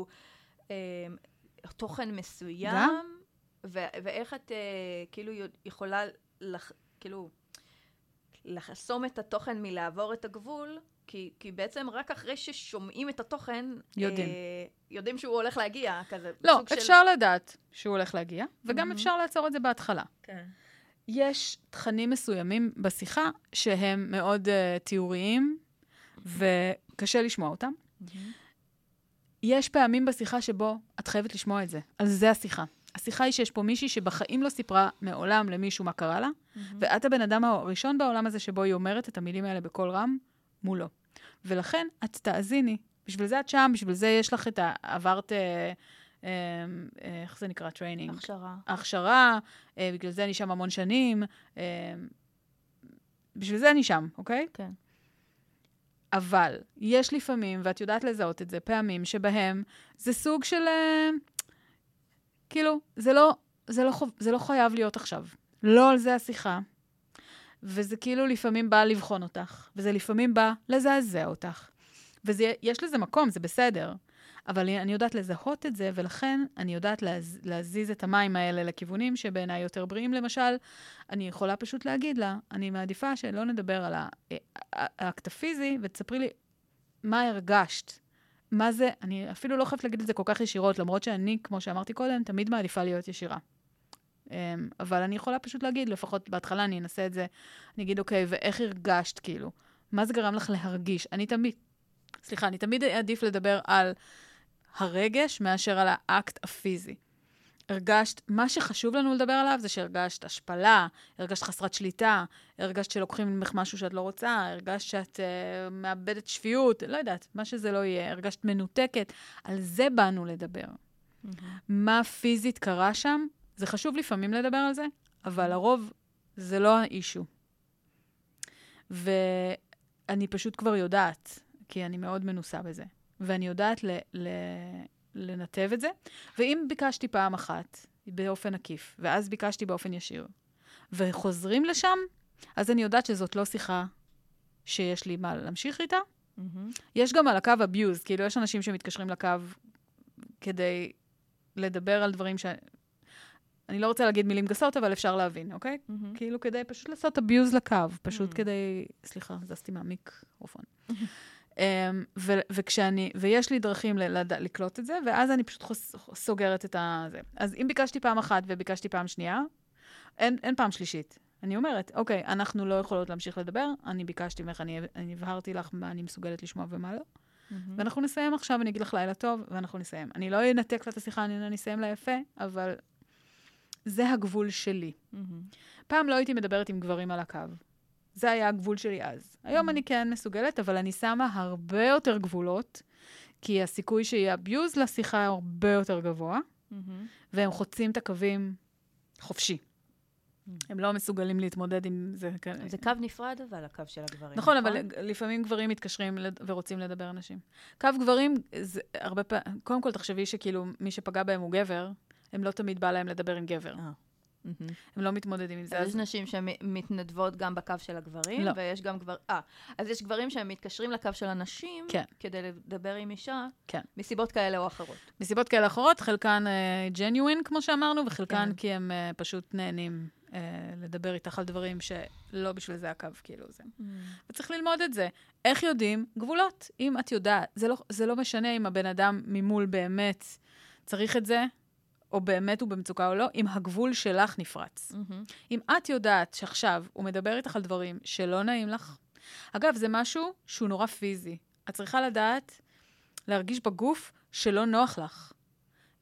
תוכן מסוים, גם? ואיך את כאילו יכולה, כאילו, לחסום את התוכן מלעבור את הגבול, כי בעצם רק אחרי ששומעים את התוכן, יודעים שהוא הולך להגיע, כזה. לא, אפשר לדעת שהוא הולך להגיע, וגם אפשר לעצור את זה בהתחלה. כן. יש תכנים מסוימים בשיחה שהם מאוד תיאוריים, וקשה לשמוע אותם. יש פעמים בשיחה שבו את חייבת לשמוע את זה. על זה השיחה. השיחה היא שיש פה מישהי שבחיים לא סיפרה מעולם למישהו מה קרה לה, ואת הבן אדם הראשון בעולם הזה שבו היא אומרת את המילים האלה בקול רם, מולו. ולכן את תאזיני. בשביל זה את שם, בשביל זה יש לך את עברת, איך זה נקרא? טריינינג. הכשרה, בגלל זה אני שם המון שנים. בשביל זה אני שם, אוקיי? כן. אבל יש לפעמים, ואת יודעת לזהות את זה, פעמים שבהם זה סוג של, כאילו, זה לא חייב להיות עכשיו. לא על זה השיחה. וזה כאילו לפעמים בא לבחון אותך, וזה לפעמים בא לזעזע אותך. ויש לזה מקום, זה בסדר. אבל אני יודעת לזהות את זה, ולכן אני יודעת להזיז את המים האלה לכיוונים שבעיניי יותר בריאים. למשל, אני יכולה פשוט להגיד לה, אני מעדיפה שלא נדבר על האקט הפיזי, ותספרי לי מה הרגשת. מה זה, אני אפילו לא חייבת להגיד את זה כל כך ישירות, למרות שאני, כמו שאמרתי קודם, תמיד מעדיפה להיות ישירה. אבל אני יכולה פשוט להגיד, לפחות בהתחלה אני אנסה את זה, אני אגיד, אוקיי, ואיך הרגשת, כאילו? מה זה גרם לך להרגיש? אני תמיד עדיף לדבר על הרגש מאשר על האקט הפיזי. הרגשת, מה שחשוב לנו לדבר עליו זה שהרגשת השפלה, הרגשת חסרת שליטה, הרגשת שלוקחים ממך משהו שאת לא רוצה, הרגשת שאת מאבדת שפיות, לא יודעת, מה שזה לא יהיה, הרגשת מנותקת, על זה באנו לדבר. מה פיזית קרה שם? זה חשוב לפעמים לדבר על זה, אבל לרוב זה לא האישו. ואני פשוט כבר יודעת, כי אני מאוד מנוסה בזה, ואני יודעת לנתב את זה, ואם ביקשתי פעם אחת באופן עקיף, ואז ביקשתי באופן ישיר, וחוזרים לשם, אז אני יודעת שזאת לא שיחה שיש לי מה להמשיך איתה. יש גם על הקו abuse, כאילו יש אנשים שמתקשרים לקו כדי לדבר על דברים אני לא רוצה להגיד מילים גסות, אבל אפשר להבין, אוקיי? כאילו כדי פשוט לעשות abuse לקו, פשוט כדי, סליחה, זזתי מהמיקרופון. ויש לי דרכים לקלוט את זה, ואז אני פשוט סוגרת את זה. אז אם ביקשתי פעם אחת וביקשתי פעם שנייה, אין פעם שלישית. אני אומרת, אוקיי, אנחנו לא יכולות להמשיך לדבר, אני ביקשתי ממך, אני הבהרתי לך מה אני מסוגלת לשמוע ומה לא, ואנחנו נסיים עכשיו, אני אגיד לך לילה טוב, ואנחנו נסיים. אני לא אנתק את השיחה, אני אסיים לה יפה, אבל זה הגבול שלי. פעם לא הייתי מדברת עם גברים על הקו. זה היה הגבול שלי אז. היום אני כן מסוגלת, אבל אני שמה הרבה יותר גבולות, כי הסיכוי שיהיה abuse לשיחה הרבה יותר גבוה, והם חוצים את הקווים חופשי. הם לא מסוגלים להתמודד עם זה. זה קו נפרד, אבל הקו של הגברים. נכון, אבל לפעמים גברים מתקשרים ורוצים לדבר אנשים. קו גברים, זה הרבה פעמים, קודם כל תחשבי שכאילו מי שפגע בהם הוא גבר, הם לא תמיד בא להם לדבר עם גבר. הם לא מתמודדים עם זה. אז יש נשים שמתנדבות גם בקו של הגברים, לא. ויש גם אז יש גברים שהם מתקשרים לקו של הנשים, כן. כדי לדבר עם אישה, כן. מסיבות כאלה או אחרות. מסיבות כאלה אחרות, חלקן genuine, כמו שאמרנו, וחלקן כי הם פשוט נהנים לדבר איתך על דברים שלא בשביל זה הקו, כאילו זה. וצריך ללמוד את זה. איך יודעים? גבולות. אם את יודעת, זה לא משנה אם הבן אדם ממול באמת צריך את זה, או באמת הוא במצוקה או לא, אם הגבול שלך נפרץ. אם את יודעת שעכשיו הוא מדבר איתך על דברים שלא נעים לך, אגב, זה משהו שהוא נורא פיזי. את צריכה לדעת, להרגיש בגוף שלא נוח לך.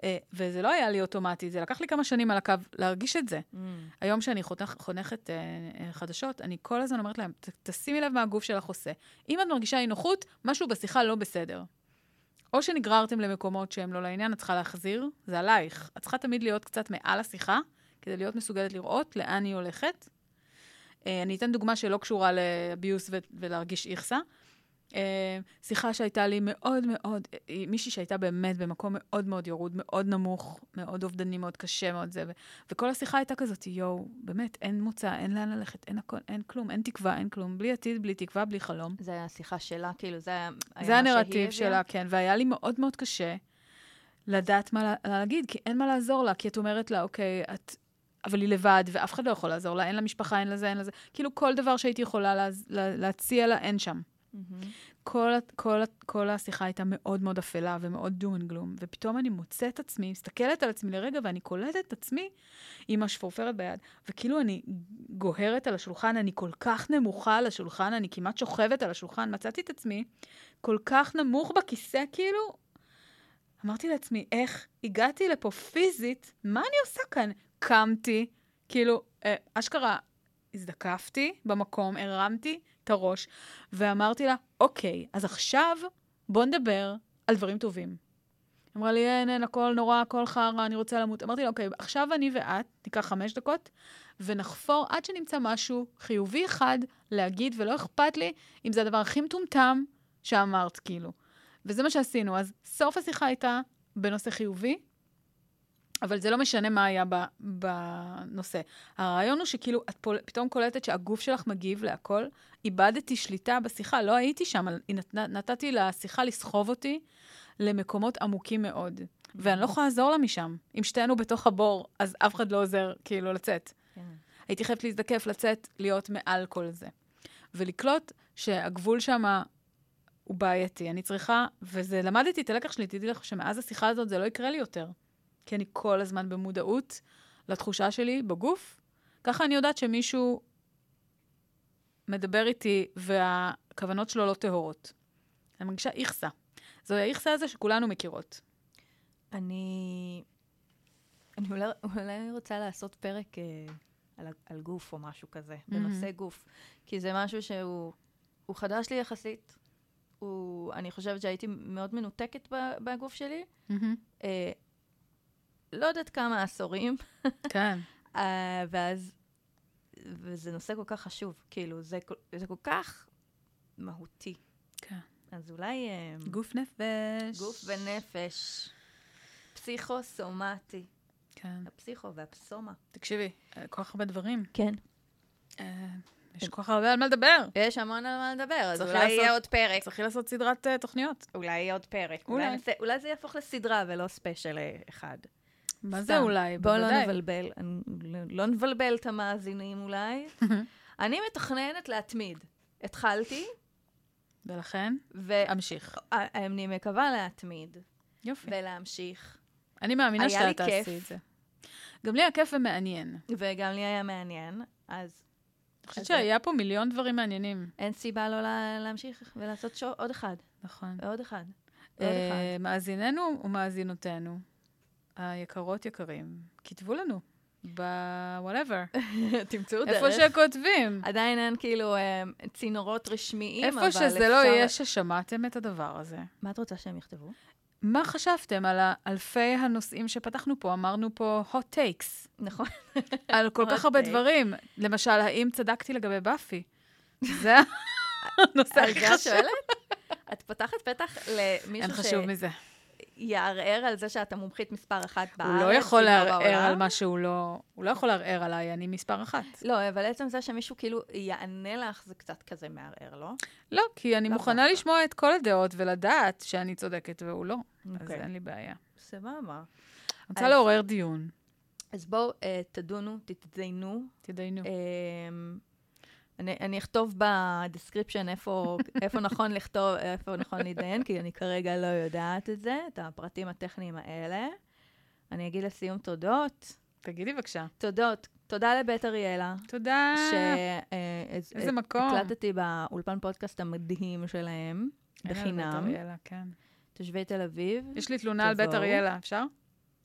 וזה לא היה לי אוטומטי, זה לקח לי כמה שנים על הקו להרגיש את זה. היום שאני חונכת חדשות, אני כל הזמן אומרת להם, תשימי לב מה הגוף שלך עושה. אם את מרגישה אי נוחות, משהו בשיחה לא בסדר. או שנגררתם למקומות שהם לא לעניין, את צריכה להחזיר, זה עלייך. את צריכה תמיד להיות קצת מעל השיחה, כדי להיות מסוגלת לראות לאן היא הולכת. אני אתן דוגמה שלא קשורה לאביוס ולהרגיש איכסה. שיחה שהייתה לי מאוד מאוד, מישהי שהייתה באמת במקום מאוד מאוד ירוד, מאוד נמוך, מאוד אובדני, מאוד קשה, מאוד זה, וכל השיחה הייתה כזאת, יואו, באמת, אין מוצא, אין לאן ללכת, אין כלום, אין תקווה, אין כלום, בלי עתיד, בלי תקווה, בלי חלום. זה היה השיחה שלה, כאילו, זה היה זה הנרטיב שלה, כן, והיה לי מאוד מאוד קשה לדעת מה להגיד, כי אין מה לעזור לה, כי את אומרת לה, אוקיי, אבל היא לבד, ואף אחד לא יכול לעזור לה, אין לה משפחה, אין לזה, אין לזה, כאילו כל דבר שהייתי יכולה להציע לה, אין שם. כל השיחה הייתה מאוד מאוד אפלה ומאוד doom and gloom, ופתאום אני מוצאת עצמי, מסתכלת על עצמי לרגע, ואני קולטת את עצמי עם השפורפרת ביד, וכאילו אני גוהרת על השולחן, אני כל כך נמוכה על השולחן, אני כמעט שוכבת על השולחן, מצאתי את עצמי כל כך נמוך בכיסא, כאילו, אמרתי לעצמי, איך הגעתי לפה פיזית, מה אני עושה כאן? קמתי, כאילו, אשכרה, הזדקפתי במקום, הרמתי את הראש, ואמרתי לה, אוקיי, אז עכשיו בוא נדבר על דברים טובים. אמרה לי, אין, הכל נורא, הכל חרא, אני רוצה למות. אמרתי לה, אוקיי, עכשיו אני ואת, ניקח 5 דקות, ונחפור עד שנמצא משהו חיובי אחד להגיד, ולא אכפת לי אם זה הדבר הכי מטומטם שאמרת, כאילו. וזה מה שעשינו. אז סוף השיחה הייתה בנושא חיובי, אבל זה לא משנה מה היה בנושא. הרעיון הוא שכאילו, את פתאום קולטת שהגוף שלך מגיב להכל, איבדתי שליטה בשיחה, לא הייתי שם, נתתי לשיחה לסחוב אותי למקומות עמוקים מאוד. ואני לא יכולה לעזור לה משם. אם שתינו בתוך הבור, אז אף אחד לא עוזר כאילו לצאת. הייתי חייבת להזדקף, לצאת, להיות מעל כל זה. ולקלוט שהגבול שם הוא בעייתי. אני צריכה, וזה למדתי את הלקח שלי, תדעי לך שמאז השיחה הזאת זה לא יקרה לי יותר. כי אני כל הזמן במודעות לתחושה שלי בגוף. ככה אני יודעת שמישהו מדבר איתי והכוונות שלו לא טהורות. אני מרגישה איכסה. זו האיכסה הזה שכולנו מכירות. אני אולי רוצה לעשות פרק על גוף או משהו כזה, בנושא גוף. כי זה משהו שהוא חדש לי יחסית. אני חושבת שהייתי מאוד מנותקת בגוף שלי. לא יודעת כמה עשורים. כן. וזה נושא כל כך חשוב. כאילו, זה כל כך מהותי. כן. אז אולי... גוף נפש. גוף ונפש. פסיכוסומטי. כן. הפסיכו והפסומה. תקשיבי, כל כך הרבה דברים. כן. יש כל כך הרבה על מה לדבר. יש המון על מה לדבר, אז אולי יהיה עוד פרק. צריכי לעשות סדרת תוכניות. אולי יהיה עוד פרק. אולי זה יהפוך לסדרה ולא ספיישל אחד. מה זה אולי? בואו לא נבלבל. לא נבלבל את המאזינים אולי. אני מתכננת להתמיד. התחלתי. ולכן? אמשיך. אני מקווה להתמיד. יופי. ולהמשיך. אני מאמינה שאתה תעשי את זה. גם לי היה כיף ומעניין. וגם לי היה מעניין, אז... אני חושבת שהיה פה מיליון דברים מעניינים. אין סיבה לא להמשיך ולעשות עוד אחד. נכון. ועוד אחד. מאזיננו ומאזינותינו, היקרות יקרים, כתבו לנו. ב-whatever. תמצאו דרך. איפה שכותבים. עדיין אין כאילו צינורות רשמיים, אבל איפה שזה לא יהיה ששמעתם את הדבר הזה. מה את רוצה שהם יכתבו? מה חשבתם על אלפי הנושאים שפתחנו פה? אמרנו פה hot takes. נכון. על כל כך הרבה דברים. למשל, האם צדקתי לגבי באפי? זה הנושא הכי חשוב. את פותחת פתח למישהו אין חשוב מזה. יערער על זה שאתה מומחית מספר 1 בארץ. הוא לא יכול לערער על מה שהוא לא... הוא לא יכול לערער עליי, אני מספר 1. לא, אבל עצם זה שמישהו כאילו יענה לך, זה קצת כזה מערער, לא? לא, כי אני מוכנה לשמוע את כל הדעות ולדעת שאני צודקת והוא לא. אז אין לי בעיה. סבבה. אני רוצה לעורר דיון. אז בואו תדונו, תתדיינו. תדיינו. אני אכתוב בדסקריפשן איפה נכון לכתוב, איפה נכון להתדיין, כי אני כרגע לא יודעת את זה, את הפרטים הטכניים האלה. אני אגיד לסיום תודות. תגידי בבקשה. תודות. תודה לבית אריאלה. תודה. איזה מקום. הקלטתי באולפן פודקאסט המדהים שלהם, בחינם. בית אריאלה, כן. תושבי תל אביב. יש לי תלונה על בית אריאלה, אפשר?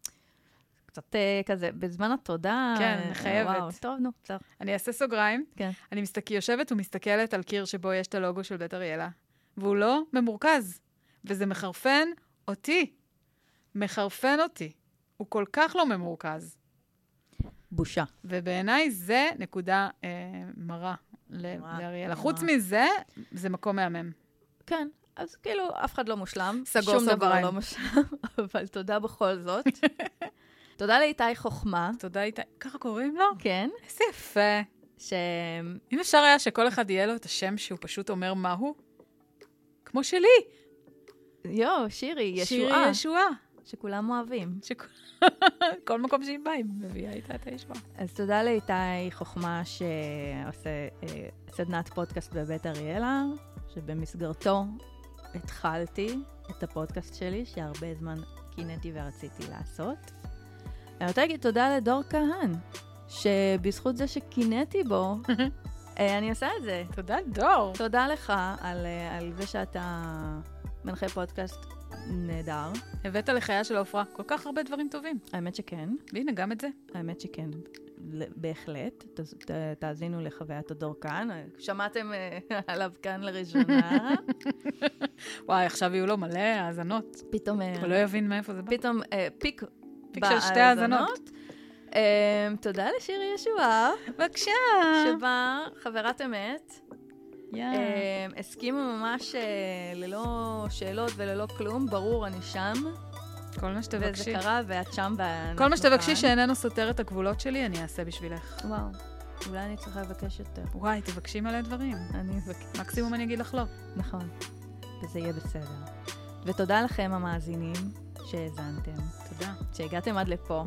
קצת כזה, בזמן התודה. כן, אני חייבת. וואו, טוב, נו, בסדר. אני אעשה סוגריים. כן. אני יושבת ומסתכלת על קיר שבו יש את הלוגו של בית אריאלה, והוא לא ממורכז, וזה מחרפן אותי. מחרפן אותי. הוא כל כך לא ממורכז. בושה. ובעיניי זה נקודה מרה לאריאלה. חוץ מזה, זה מקום מהמם. כן, אז כאילו אף אחד לא מושלם. סגור שום דבר סוגריים. לא מושלם, אבל תודה בכל זאת. תודה לאיתי חוכמה. תודה איתי. ככה קוראים לו? כן. איזה יפה. אם אפשר היה שכל אחד יהיה לו את השם שהוא פשוט אומר מהו? כמו שלי. שירי, ישועה. שירי ישועה. שכולם אוהבים. כל מקום שהיא באה, היא מביאה איתה את הישועה. אז תודה לאיתי חוכמה שעושה סדנת פודקאסט בבית אריאלה, שבמסגרתו התחלתי את הפודקאסט שלי, שהרבה זמן קינאתי ורציתי לעשות. אני רוצה להגיד תודה לדור כהן, שבזכות זה שקינאתי בו, אני עושה את זה. תודה, דור. תודה לך על זה שאתה מנחה פודקאסט נהדר. הבאת לחיה של עופרה כל כך הרבה דברים טובים. האמת שכן. והנה, גם את זה. האמת שכן. בהחלט. תאזינו לחוויית הדור כאן. שמעתם עליו כאן לראשונה. וואי, עכשיו יהיו לו מלא האזנות. פתאום... הוא לא יבין מאיפה זה בא. פתאום פיק של שתי האזנות. תודה לשירי ישועה. בבקשה. שבה חברת אמת. הסכימו ממש ללא שאלות וללא כלום. ברור, אני שם. כל מה שתבקשי. וזה קרה, ואת שם. כל מה שתבקשי שאיננו סותר את הגבולות שלי, אני אעשה בשבילך. וואו. אולי אני צריכה לבקש יותר. וואי, תבקשי מלא דברים. אני אבקש. מקסימום אני אגיד לך לא. נכון. וזה יהיה בסדר. ותודה לכם המאזינים שהאזנתם. תודה. שהגעתם עד לפה.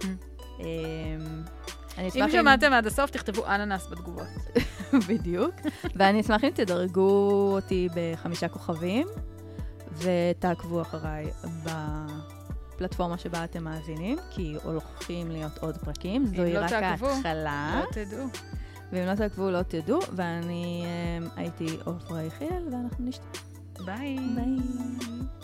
אם שמעתם עד הסוף, תכתבו אננס בתגובות. בדיוק. ואני אשמח אם תדרגו אותי ב5 כוכבים, ותעקבו אחריי בפלטפורמה שבה אתם מאזינים, כי הולכים להיות עוד פרקים. זוהי רק ההתחלה. לא תדעו. ואם לא תעקבו, לא תדעו. ואני הייתי עופרה יחיאל, ואנחנו נשתמע. ביי. ביי.